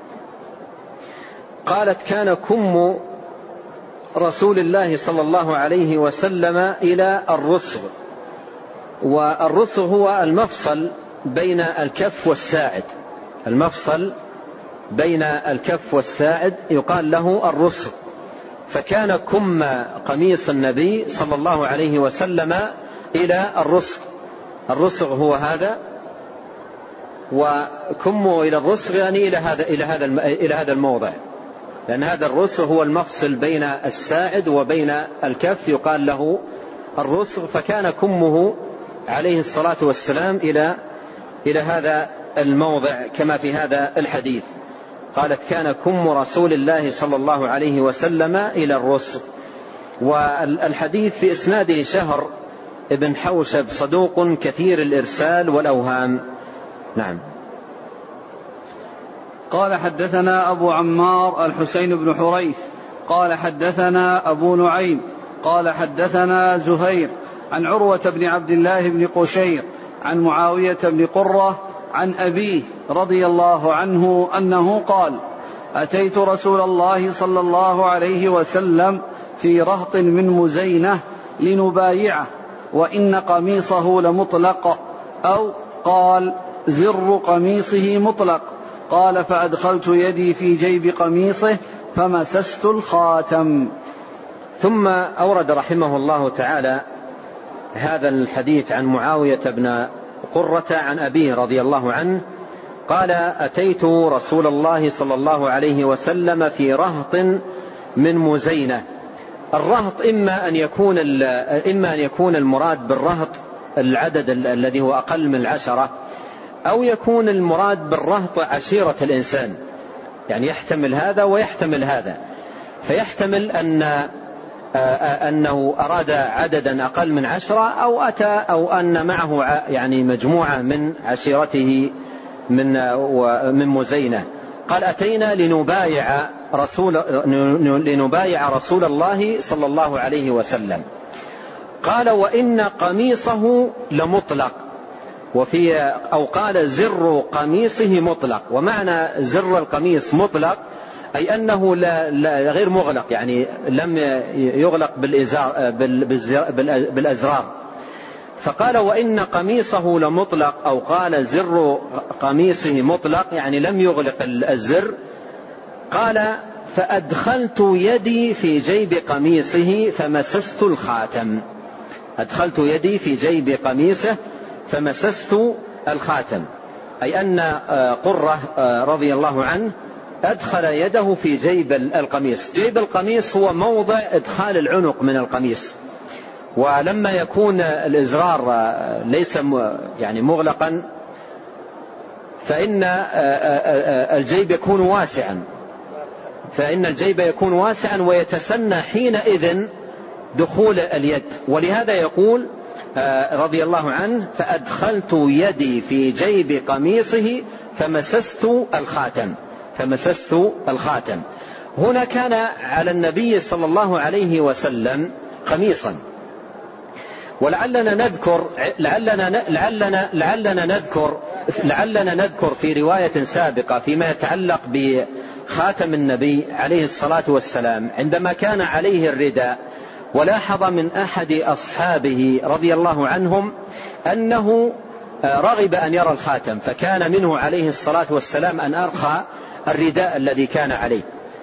قالت كان كم رسول الله صلى الله عليه وسلم إلى الرسغ. والرسغ هو المفصل بين الكف والساعد، المفصل بين الكف والساعد يقال له الرسغ. فكان كم قميص النبي صلى الله عليه وسلم إلى الرسغ. الرسغ هو هذا، وكم إلى الرسغ يعني إلى هذا إلى هذا إلى هذا الموضع، لأن هذا الرسغ هو المفصل بين الساعد وبين الكف يقال له الرسغ. فكان كمه عليه الصلاة والسلام إلى إلى هذا الموضع كما في هذا الحديث. قالت كان كم رسول الله صلى الله عليه وسلم إلى الرسغ. والحديث في إسناده شهر ابن حوشب صدوق كثير الإرسال والأوهام. نعم. قال حدثنا أبو عمار الحسين بن حريث قال حدثنا أبو نعيم قال حدثنا زهير عن عروة بن عبد الله بن قشير عن معاوية بن قرة عن أبيه رضي الله عنه أنه قال أتيت رسول الله صلى الله عليه وسلم في رهط من مزينة لنبايعه وإن قميصه لمطلق، أو قال زر قميصه مطلق. قال فأدخلت يدي في جيب قميصه فمسست الخاتم. ثم أورد رحمه الله تعالى هذا الحديث عن معاوية بن قرة عن أبيه رضي الله عنه قال أتيت رسول الله صلى الله عليه وسلم في رهط من مزينة. الرهط إما أن يكون إما أن يكون المراد بالرهط العدد الذي هو أقل من العشرة، أو يكون المراد بالرهط عشيرة الإنسان، يعني يحتمل هذا ويحتمل هذا. فيحتمل أن أنه أراد عددا أقل من عشرة، أو أتى أو أن معه يعني مجموعة من عشيرته من من مزينة. قال أتينا لنبايع رسول لنبايع رسول الله صلى الله عليه وسلم. قال وإن قميصه لمطلق، وفي أو قال زر قميصه مطلق. ومعنى زر القميص مطلق أي أنه لا لا غير مغلق، يعني لم يغلق بالإزار بالأزرار. فقال وإن قميصه لمطلق، أو قال زر قميصه مطلق يعني لم يغلق الزر. قال فأدخلت يدي في جيب قميصه فمسست الخاتم. أدخلت يدي في جيب قميصه فمسست الخاتم، أي أن قرة رضي الله عنه أدخل يده في جيب القميص. جيب القميص هو موضع إدخال العنق من القميص، ولما يكون الإزرار ليس يعني مغلقا فإن الجيب يكون واسعا فإن الجيب يكون واسعا ويتسنى حينئذ دخول اليد. ولهذا يقول رضي الله عنه فأدخلت يدي في جيب قميصه فمسست الخاتم فمسست الخاتم. هنا كان على النبي صلى الله عليه وسلم قميصا، ولعلنا نذكر لعلنا لعلنا لعلنا نذكر لعلنا نذكر في رواية سابقة فيما يتعلق بخاتم النبي عليه الصلاة والسلام عندما كان عليه الرداء، ولاحظ من أحد أصحابه رضي الله عنهم أنه رغب أن يرى الخاتم، فكان منه عليه الصلاة والسلام أن أرخى الرداء الذي كان عليه،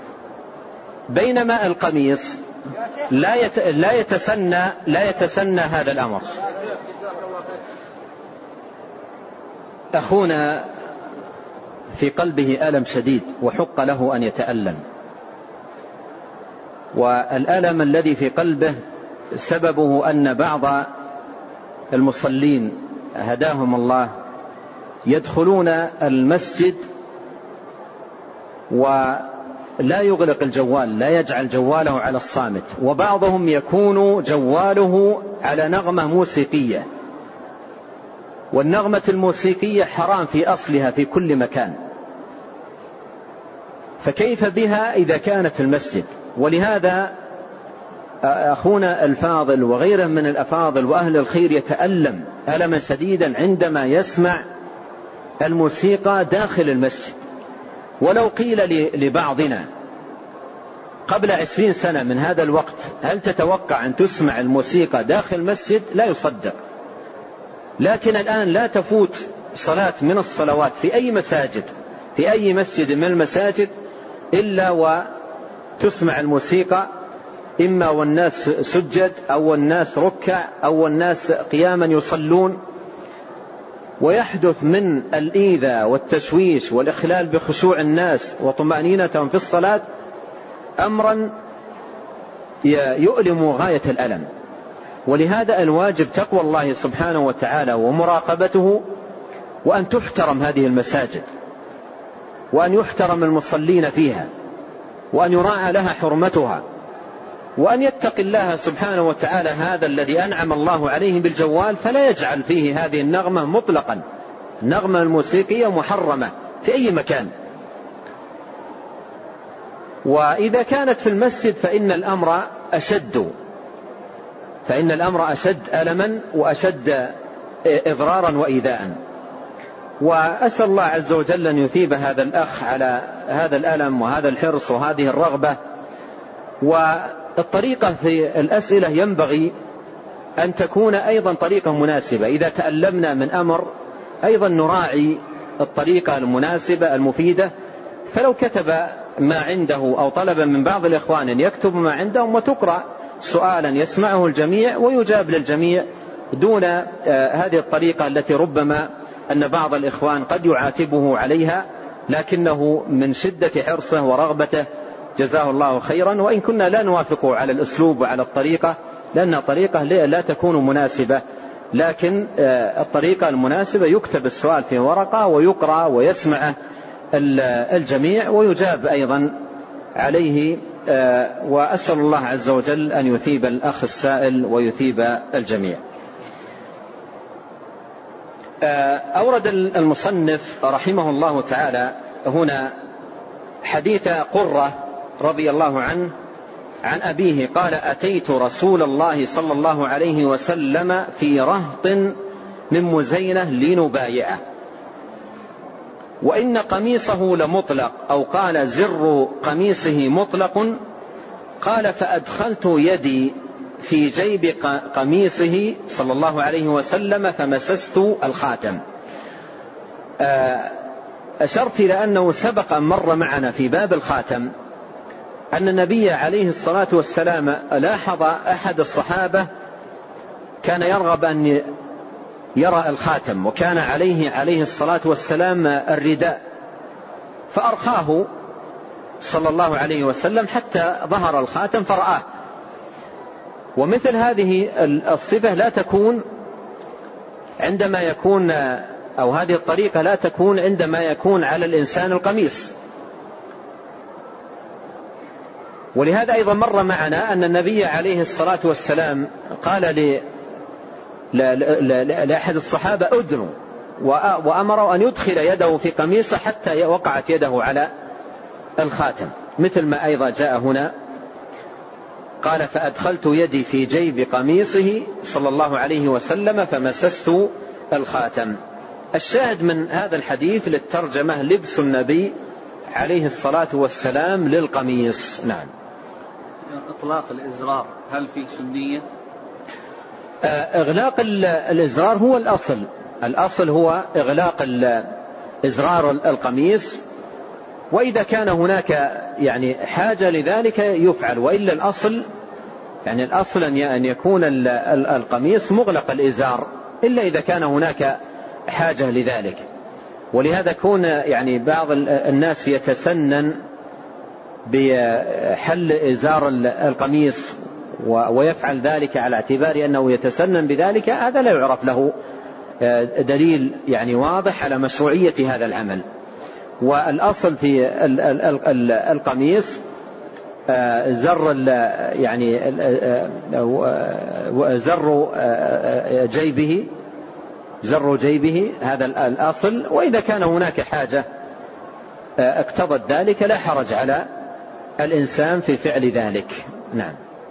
بينما القميص لا لا يتسنى لا يتسنى هذا الأمر. أخونا في قلبه ألم شديد وحق له أن يتألم، والألم الذي في قلبه سببه أن بعض المصلين هداهم الله يدخلون المسجد لا يغلق الجوال، لا يجعل جواله على الصامت، وبعضهم يكون جواله على نغمة موسيقية، والنغمة الموسيقية حرام في أصلها في كل مكان، فكيف بها إذا كانت في المسجد؟ ولهذا أخونا الفاضل وغيره من الأفاضل وأهل الخير يتألم ألما شديدا عندما يسمع الموسيقى داخل المسجد. ولو قيل لبعضنا قبل عشرين سنة من هذا الوقت هل تتوقع أن تسمع الموسيقى داخل المسجد؟ لا يصدق. لكن الآن لا تفوت صلاة من الصلوات في أي مساجد في أي مسجد من المساجد إلا وتسمع الموسيقى، إما والناس سجد أو الناس ركع أو الناس قياما يصلون، ويحدث من الإيذاء والتشويش والإخلال بخشوع الناس وطمأنينتهم في الصلاة أمرا يؤلم غاية الألم. ولهذا الواجب تقوى الله سبحانه وتعالى ومراقبته، وأن تحترم هذه المساجد، وأن يحترم المصلين فيها، وأن يراعى لها حرمتها، وأن يتقي الله سبحانه وتعالى هذا الذي أنعم الله عليه بالجوال فلا يجعل فيه هذه النغمة مطلقا. النغمة الموسيقية محرمة في أي مكان. وإذا كانت في المسجد فإن الأمر أشد فإن الأمر أشد ألما وأشد إضرارا وإيذاء. وأسأل الله عز وجل أن يثيب هذا الأخ على هذا الألم وهذا الحرص وهذه الرغبة. والطريقة في الأسئلة ينبغي أن تكون أيضا طريقة مناسبة. إذا تألمنا من أمر أيضا نراعي الطريقة المناسبة المفيدة. فلو كتب ما عنده أو طلب من بعض الإخوان أن يكتب ما عندهم وتقرأ سؤالا يسمعه الجميع ويجاب للجميع دون هذه الطريقة التي ربما أن بعض الإخوان قد يعاتبه عليها، لكنه من شدة حرصه ورغبته جزاه الله خيرا. وإن كنا لا نوافقه على الأسلوب وعلى الطريقة لأن الطريقة لا تكون مناسبة، لكن الطريقة المناسبة يكتب السؤال في ورقة ويقرأ ويسمعه الجميع ويجاب أيضا عليه. وأسأل الله عز وجل أن يثيب الأخ السائل ويثيب الجميع. أورد المصنف رحمه الله تعالى هنا حديث قرة رضي الله عنه عن أبيه قال: أتيت رسول الله صلى الله عليه وسلم في رهط من مزينة لنبايعه، وإن قميصه لمطلق، أو قال زر قميصه مطلق. قال: فأدخلت يدي في جيب قميصه صلى الله عليه وسلم فمسست الخاتم. أشرت إلى أنه سبق أن مر معنا في باب الخاتم أن النبي عليه الصلاة والسلام لاحظ أحد الصحابة كان يرغب أن يرى الخاتم، وكان عليه عليه الصلاة والسلام الرداء، فأرخاه صلى الله عليه وسلم حتى ظهر الخاتم فرآه. ومثل هذه الصفة لا تكون عندما يكون أو هذه الطريقة لا تكون عندما يكون على الإنسان القميص. ولهذا أيضا مر معنا أن النبي عليه الصلاة والسلام قال ل لأحد الصحابة أدنوا، وأمره أن يدخل يده في قميصه حتى وقعت يده على الخاتم، مثل ما أيضا جاء هنا. قال: فأدخلت يدي في جيب قميصه صلى الله عليه وسلم فمسست الخاتم. الشاهد من هذا الحديث للترجمة لبس النبي عليه الصلاة والسلام للقميص. نعم. إطلاق الإزرار هل في سنية؟ إغلاق الإزرار هو الأصل. الأصل هو إغلاق إزرار القميص، وإذا كان هناك يعني حاجة لذلك يفعل، وإلا الأصل يعني الأصل أن يكون القميص مغلق الإزار إلا إذا كان هناك حاجة لذلك. ولهذا كون يعني بعض الناس يتسنن بحل إزار القميص ويفعل ذلك على اعتبار أنه يتسنن بذلك، هذا لا يعرف له دليل يعني واضح على مشروعية هذا العمل. والأصل في القميص زر يعني زر جيبه زر جيبه، هذا الأصل. وإذا كان هناك حاجة اقتضت ذلك لا حرج على الإنسان في فعل ذلك. نعم.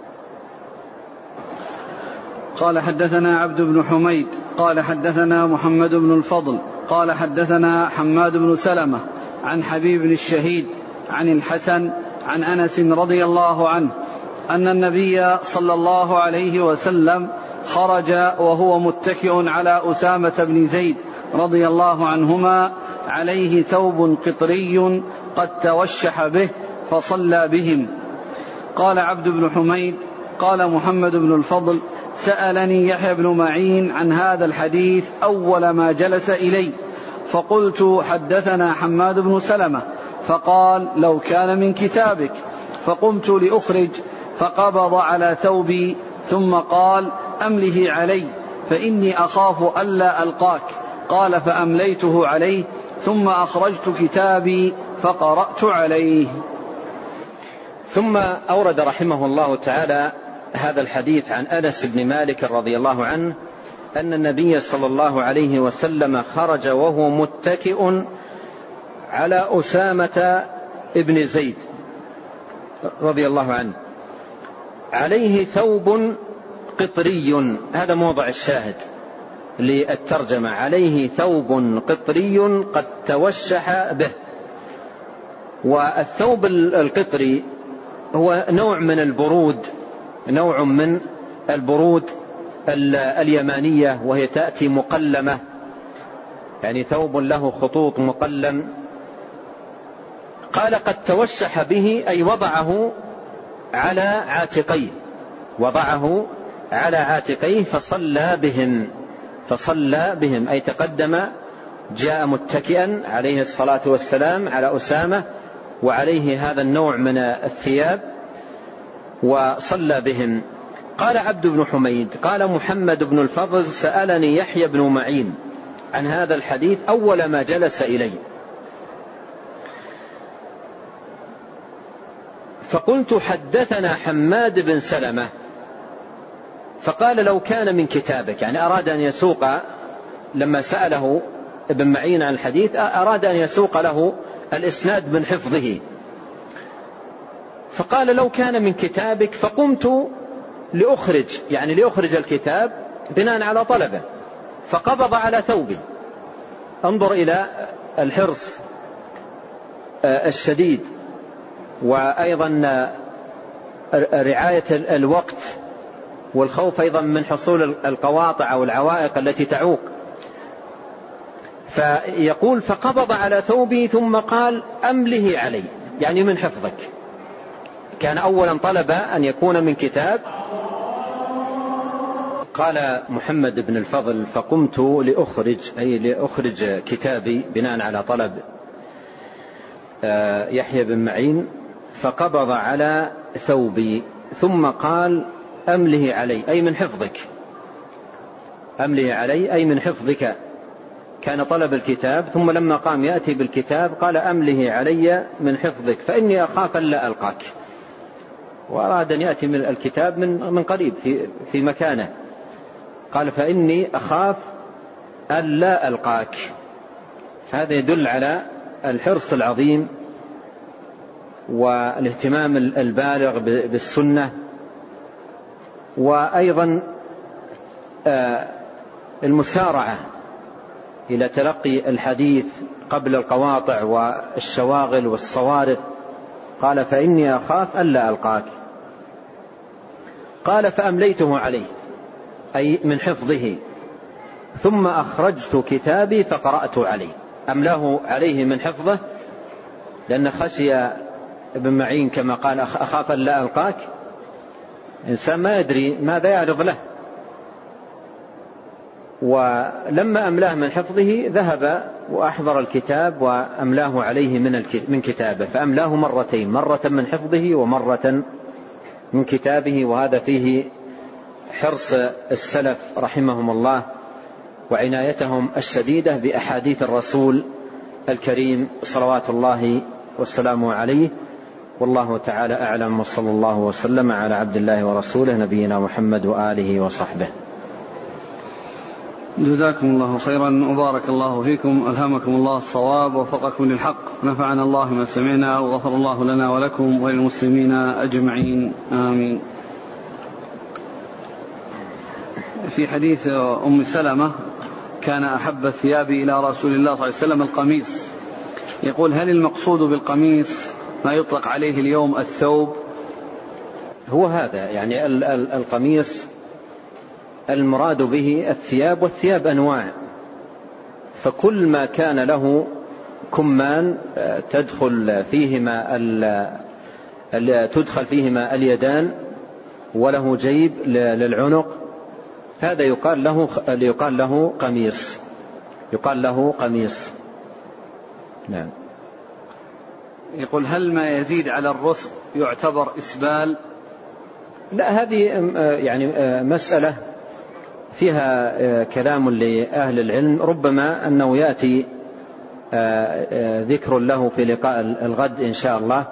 قال حدثنا عبد بن حميد قال حدثنا محمد بن الفضل قال حدثنا حماد بن سلمة عن حبيب بن الشهيد عن الحسن عن أنس رضي الله عنه أن النبي صلى الله عليه وسلم خرج وهو متكئ على أسامة بن زيد رضي الله عنهما عليه ثوب قطري قد توشح به فصلى بهم. قال عبد بن حميد قال محمد بن الفضل سألني يحيى بن معين عن هذا الحديث أول ما جلس إلي، فقلت حدثنا حماد بن سلمة، فقال لو كان من كتابك، فقمت لأخرج فقبض على ثوبي ثم قال أمله علي فإني أخاف ألا ألقاك. قال فأمليته عليه ثم أخرجت كتابي فقرأت عليه. ثم أورد رحمه الله تعالى هذا الحديث عن أنس بن مالك رضي الله عنه أن النبي صلى الله عليه وسلم خرج وهو متكئ على أسامة ابن زيد رضي الله عنه عليه ثوب قطري، هذا موضع الشاهد للترجمة، عليه ثوب قطري قد توشح به. والثوب القطري هو نوع من البرود، نوع من البرود اليمانية، وهي تأتي مقلمة، يعني ثوب له خطوط مقلم. قال قد توشح به أي وضعه على عاتقيه، وضعه على عاتقيه فصلى بهم، فصلى بهم أي تقدم جاء متكئا عليه الصلاة والسلام على أسامة وعليه هذا النوع من الثياب وصلى بهم. قال عبد بن حميد قال محمد بن الفضل سألني يحيى بن معين عن هذا الحديث أول ما جلس إلي، فقلت حدثنا حماد بن سلمة، فقال لو كان من كتابك، يعني أراد أن يسوق، لما سأله ابن معين عن الحديث أراد أن يسوق له الإسناد من حفظه، فقال لو كان من كتابك، فقمت لأخرج، يعني لأخرج الكتاب بناء على طلبه، فقبض على ثوبي. انظر إلى الحرص الشديد، وأيضا رعاية الوقت، والخوف أيضا من حصول القواطع أو العوائق التي تعوق. فيقول فقبض على ثوبي ثم قال أمله علي، يعني من حفظك. كان أولا طلب أن يكون من كتاب. قال محمد بن الفضل فقمت لأخرج، أي لأخرج كتابي بناء على طلب يحيى بن معين، فقبض على ثوبي ثم قال أمله علي أي من حفظك، أمله علي أي من حفظك. كان طلب الكتاب ثم لما قام يأتي بالكتاب قال أمله علي من حفظك فإني أخاف ألا ألقاك، وأراد أن يأتي من الكتاب من من قريب في في مكانه، قال فإني أخاف ألا ألقاك. هذا يدل على الحرص العظيم والاهتمام البالغ بالسنة، وأيضا المسارعة إلى تلقي الحديث قبل القواطع والشواغل والصوارف. قال فإني أخاف ألا ألقاك. قال فأمليته عليه أي من حفظه، ثم أخرجت كتابي فقرأت عليه. أملاه عليه من حفظه لأن خشي ابن معين كما قال أخاف ألا ألقاك، إنسان ما يدري ماذا يعرض له، ولما أملاه من حفظه ذهب وأحضر الكتاب وأملاه عليه من كتابه، فأملاه مرتين، مرة من حفظه ومرة من كتابه. وهذا فيه حرص السلف رحمهم الله وعنايتهم الشديدة بأحاديث الرسول الكريم صلوات الله والسلام عليه، والله تعالى أعلم، وصلى الله وسلم على عبد الله ورسوله نبينا محمد وآله وصحبه. جزاكم الله خيرا وبارك الله فيكم، ألهمكم الله الصواب ووفقكم للحق، نفعنا الله ما سمعنا وغفر الله لنا ولكم وللمسلمين أجمعين، آمين. في حديث أم سلمة: كان أحب الثياب إلى رسول الله صلى الله عليه وسلم القميص. يقول: هل المقصود بالقميص ما يطلق عليه اليوم الثوب؟ هو هذا، يعني القميص المراد به الثياب، والثياب أنواع، فكل ما كان له كمان تدخل فيهما تدخل فيهما اليدان وله جيب للعنق، هذا يقال له يقال له قميص، يقال له قميص. نعم. يقول: هل ما يزيد على الرسغ يعتبر إسبال؟ لا، هذه يعني مسألة فيها كلام لأهل العلم، ربما أنه يأتي ذكر له في لقاء الغد إن شاء الله.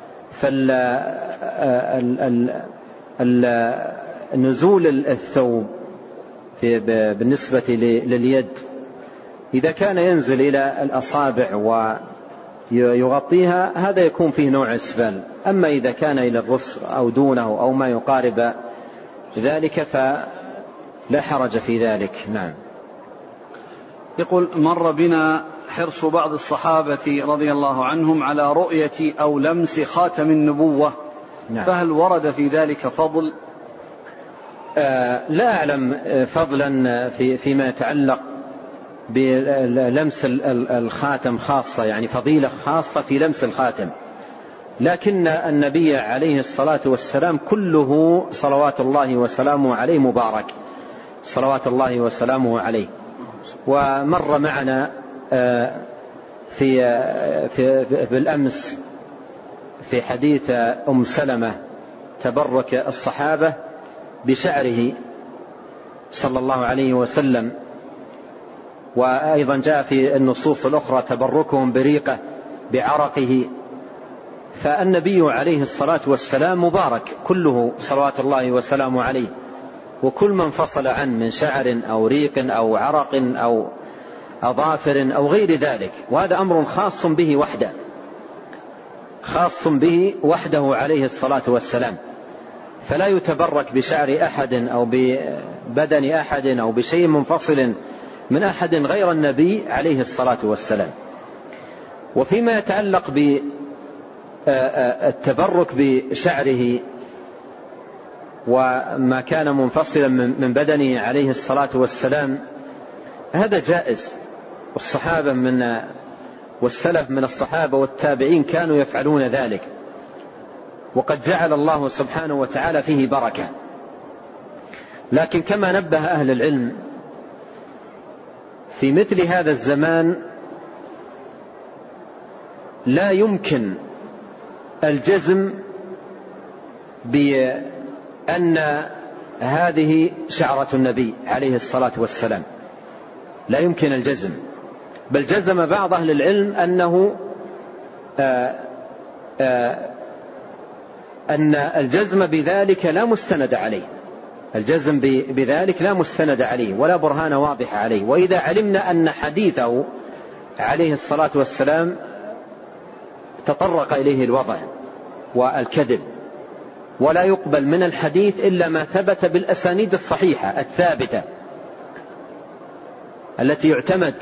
فالنزول الثوب بالنسبة لليد إذا كان ينزل إلى الأصابع ويغطيها هذا يكون فيه نوع إسبال، أما إذا كان إلى الرسغ أو دونه أو ما يقارب ذلك فلا حرج في ذلك. نعم. يقول: مر بنا حرص بعض الصحابة رضي الله عنهم على رؤية أو لمس خاتم النبوة، نعم. فهل ورد في ذلك فضل؟ آه لا أعلم فضلا في فيما يتعلق بلمس الخاتم خاصة، يعني فضيلة خاصة في لمس الخاتم، لكن النبي عليه الصلاة والسلام كله صلوات الله وسلامه عليه مبارك، صلوات الله وسلامه عليه. ومر معنا في في بالأمس في حديث أم سلمة تبرك الصحابة بشعره صلى الله عليه وسلم، وأيضا جاء في النصوص الأخرى تبركهم بريقه بعرقه، فالنبي عليه الصلاة والسلام مبارك كله صلوات الله وسلامه عليه، وكل من فصل عنه من شعر أو ريق أو عرق أو أظافر أو غير ذلك، وهذا أمر خاص به وحده، خاص به وحده عليه الصلاة والسلام، فلا يتبرك بشعر أحد أو ببدن أحد أو بشيء منفصل من أحد غير النبي عليه الصلاة والسلام. وفيما يتعلق بالتبرك بشعره وما كان منفصلا من بدنه عليه الصلاة والسلام هذا جائز، والصحابة من والسلف من الصحابة والتابعين كانوا يفعلون ذلك، وقد جعل الله سبحانه وتعالى فيه بركة. لكن كما نبه أهل العلم في مثل هذا الزمان لا يمكن الجزم بأن هذه شعرة النبي عليه الصلاة والسلام، لا يمكن الجزم، بل جزم بعض أهل العلم أنه آآ آآ أن الجزم بذلك لا مستند عليه، الجزم بذلك لا مستند عليه ولا برهان واضح عليه. وإذا علمنا أن حديثه عليه الصلاة والسلام تطرق إليه الوضع والكذب، ولا يقبل من الحديث إلا ما ثبت بالأسانيد الصحيحة الثابتة التي يعتمد،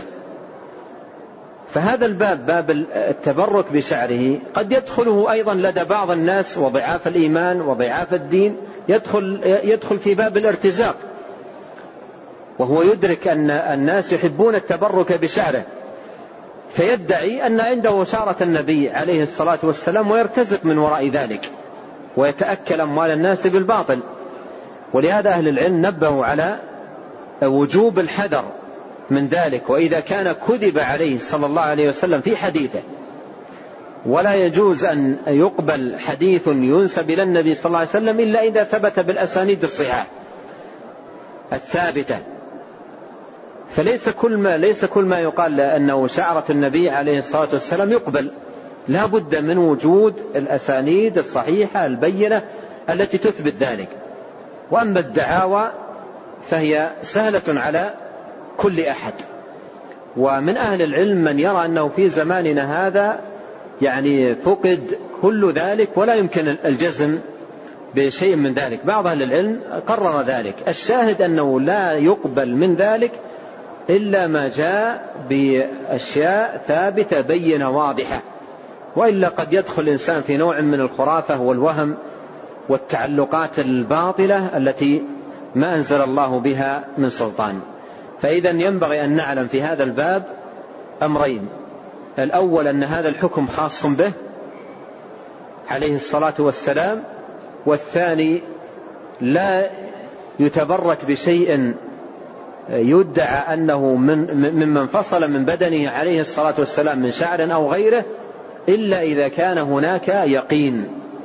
فهذا الباب باب التبرك بشعره قد يدخله أيضا لدى بعض الناس وضعاف الإيمان وضعاف الدين، يدخل, يدخل في باب الارتزاق، وهو يدرك أن الناس يحبون التبرك بشعره فيدعي أن عنده شعرة النبي عليه الصلاة والسلام ويرتزق من وراء ذلك ويتأكل أموال الناس بالباطل. ولهذا أهل العلم نبهوا على وجوب الحذر من ذلك، وإذا كان كذب عليه صلى الله عليه وسلم في حديثه، ولا يجوز أن يقبل حديث ينسب إلى النبي صلى الله عليه وسلم إلا إذا ثبت بالأسانيد الصحيحة الثابتة. فليس كل ما ليس كل ما يقال أنه شعرة النبي عليه الصلاة والسلام يقبل، لا بد من وجود الأسانيد الصحيحة البينة التي تثبت ذلك. وأما الدعاوى فهي سهلة على كل أحد، ومن أهل العلم من يرى أنه في زماننا هذا يعني فقد كل ذلك ولا يمكن الجزم بشيء من ذلك. بعض أهل العلم قرر ذلك. الشاهد أنه لا يقبل من ذلك إلا ما جاء بأشياء ثابتة بينة واضحة، وإلا قد يدخل الإنسان في نوع من الخرافة والوهم والتعلقات الباطلة التي ما أنزل الله بها من سلطان. فإذا ينبغي أن نعلم في هذا الباب أمرين: الأول أن هذا الحكم خاص به عليه الصلاة والسلام، والثاني لا يتبرك بشيء يدعى أنه من ممن انفصل من بدنه عليه الصلاة والسلام من شعر أو غيره إلا إذا كان هناك يقين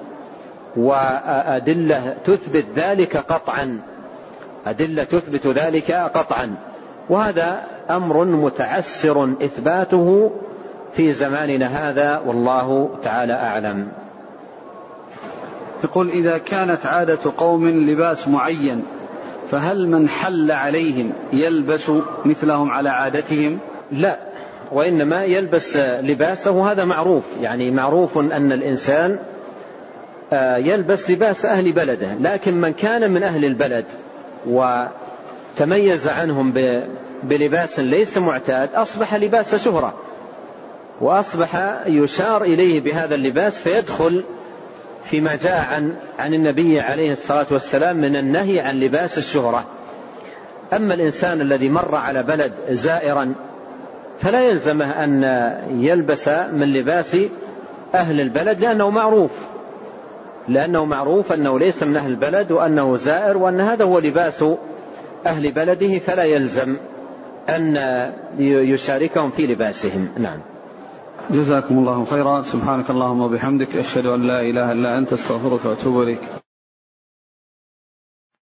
وأدلة تثبت ذلك قطعا، أدلة تثبت ذلك قطعا. وهذا أمر متعسر إثباته في زماننا هذا، والله تعالى أعلم. يقول: إذا كانت عادة قوم لباس معين فهل من حل عليهم يلبس مثلهم على عادتهم؟ لا، وإنما يلبس لباسه، هذا معروف، يعني معروف أن الإنسان يلبس لباس أهل بلده. لكن من كان من أهل البلد وتميز عنهم بلباس ليس معتاد أصبح لباس شهرة، وأصبح يشار إليه بهذا اللباس فيدخل فيما جاء عن عن النبي عليه الصلاة والسلام من النهي عن لباس الشهرة. أما الإنسان الذي مر على بلد زائرا فلا يلزمه أن يلبس من لباس أهل البلد، لأنه معروف لأنه معروف أنه ليس من أهل البلد وأنه زائر، وأن هذا هو لباس أهل بلده، فلا يلزم أن يشاركهم في لباسهم. نعم. جزاكم الله خيرا. سبحانك اللهم وبحمدك، أشهد أن لا إله إلا أنت، استغفرك وأتوب إليك.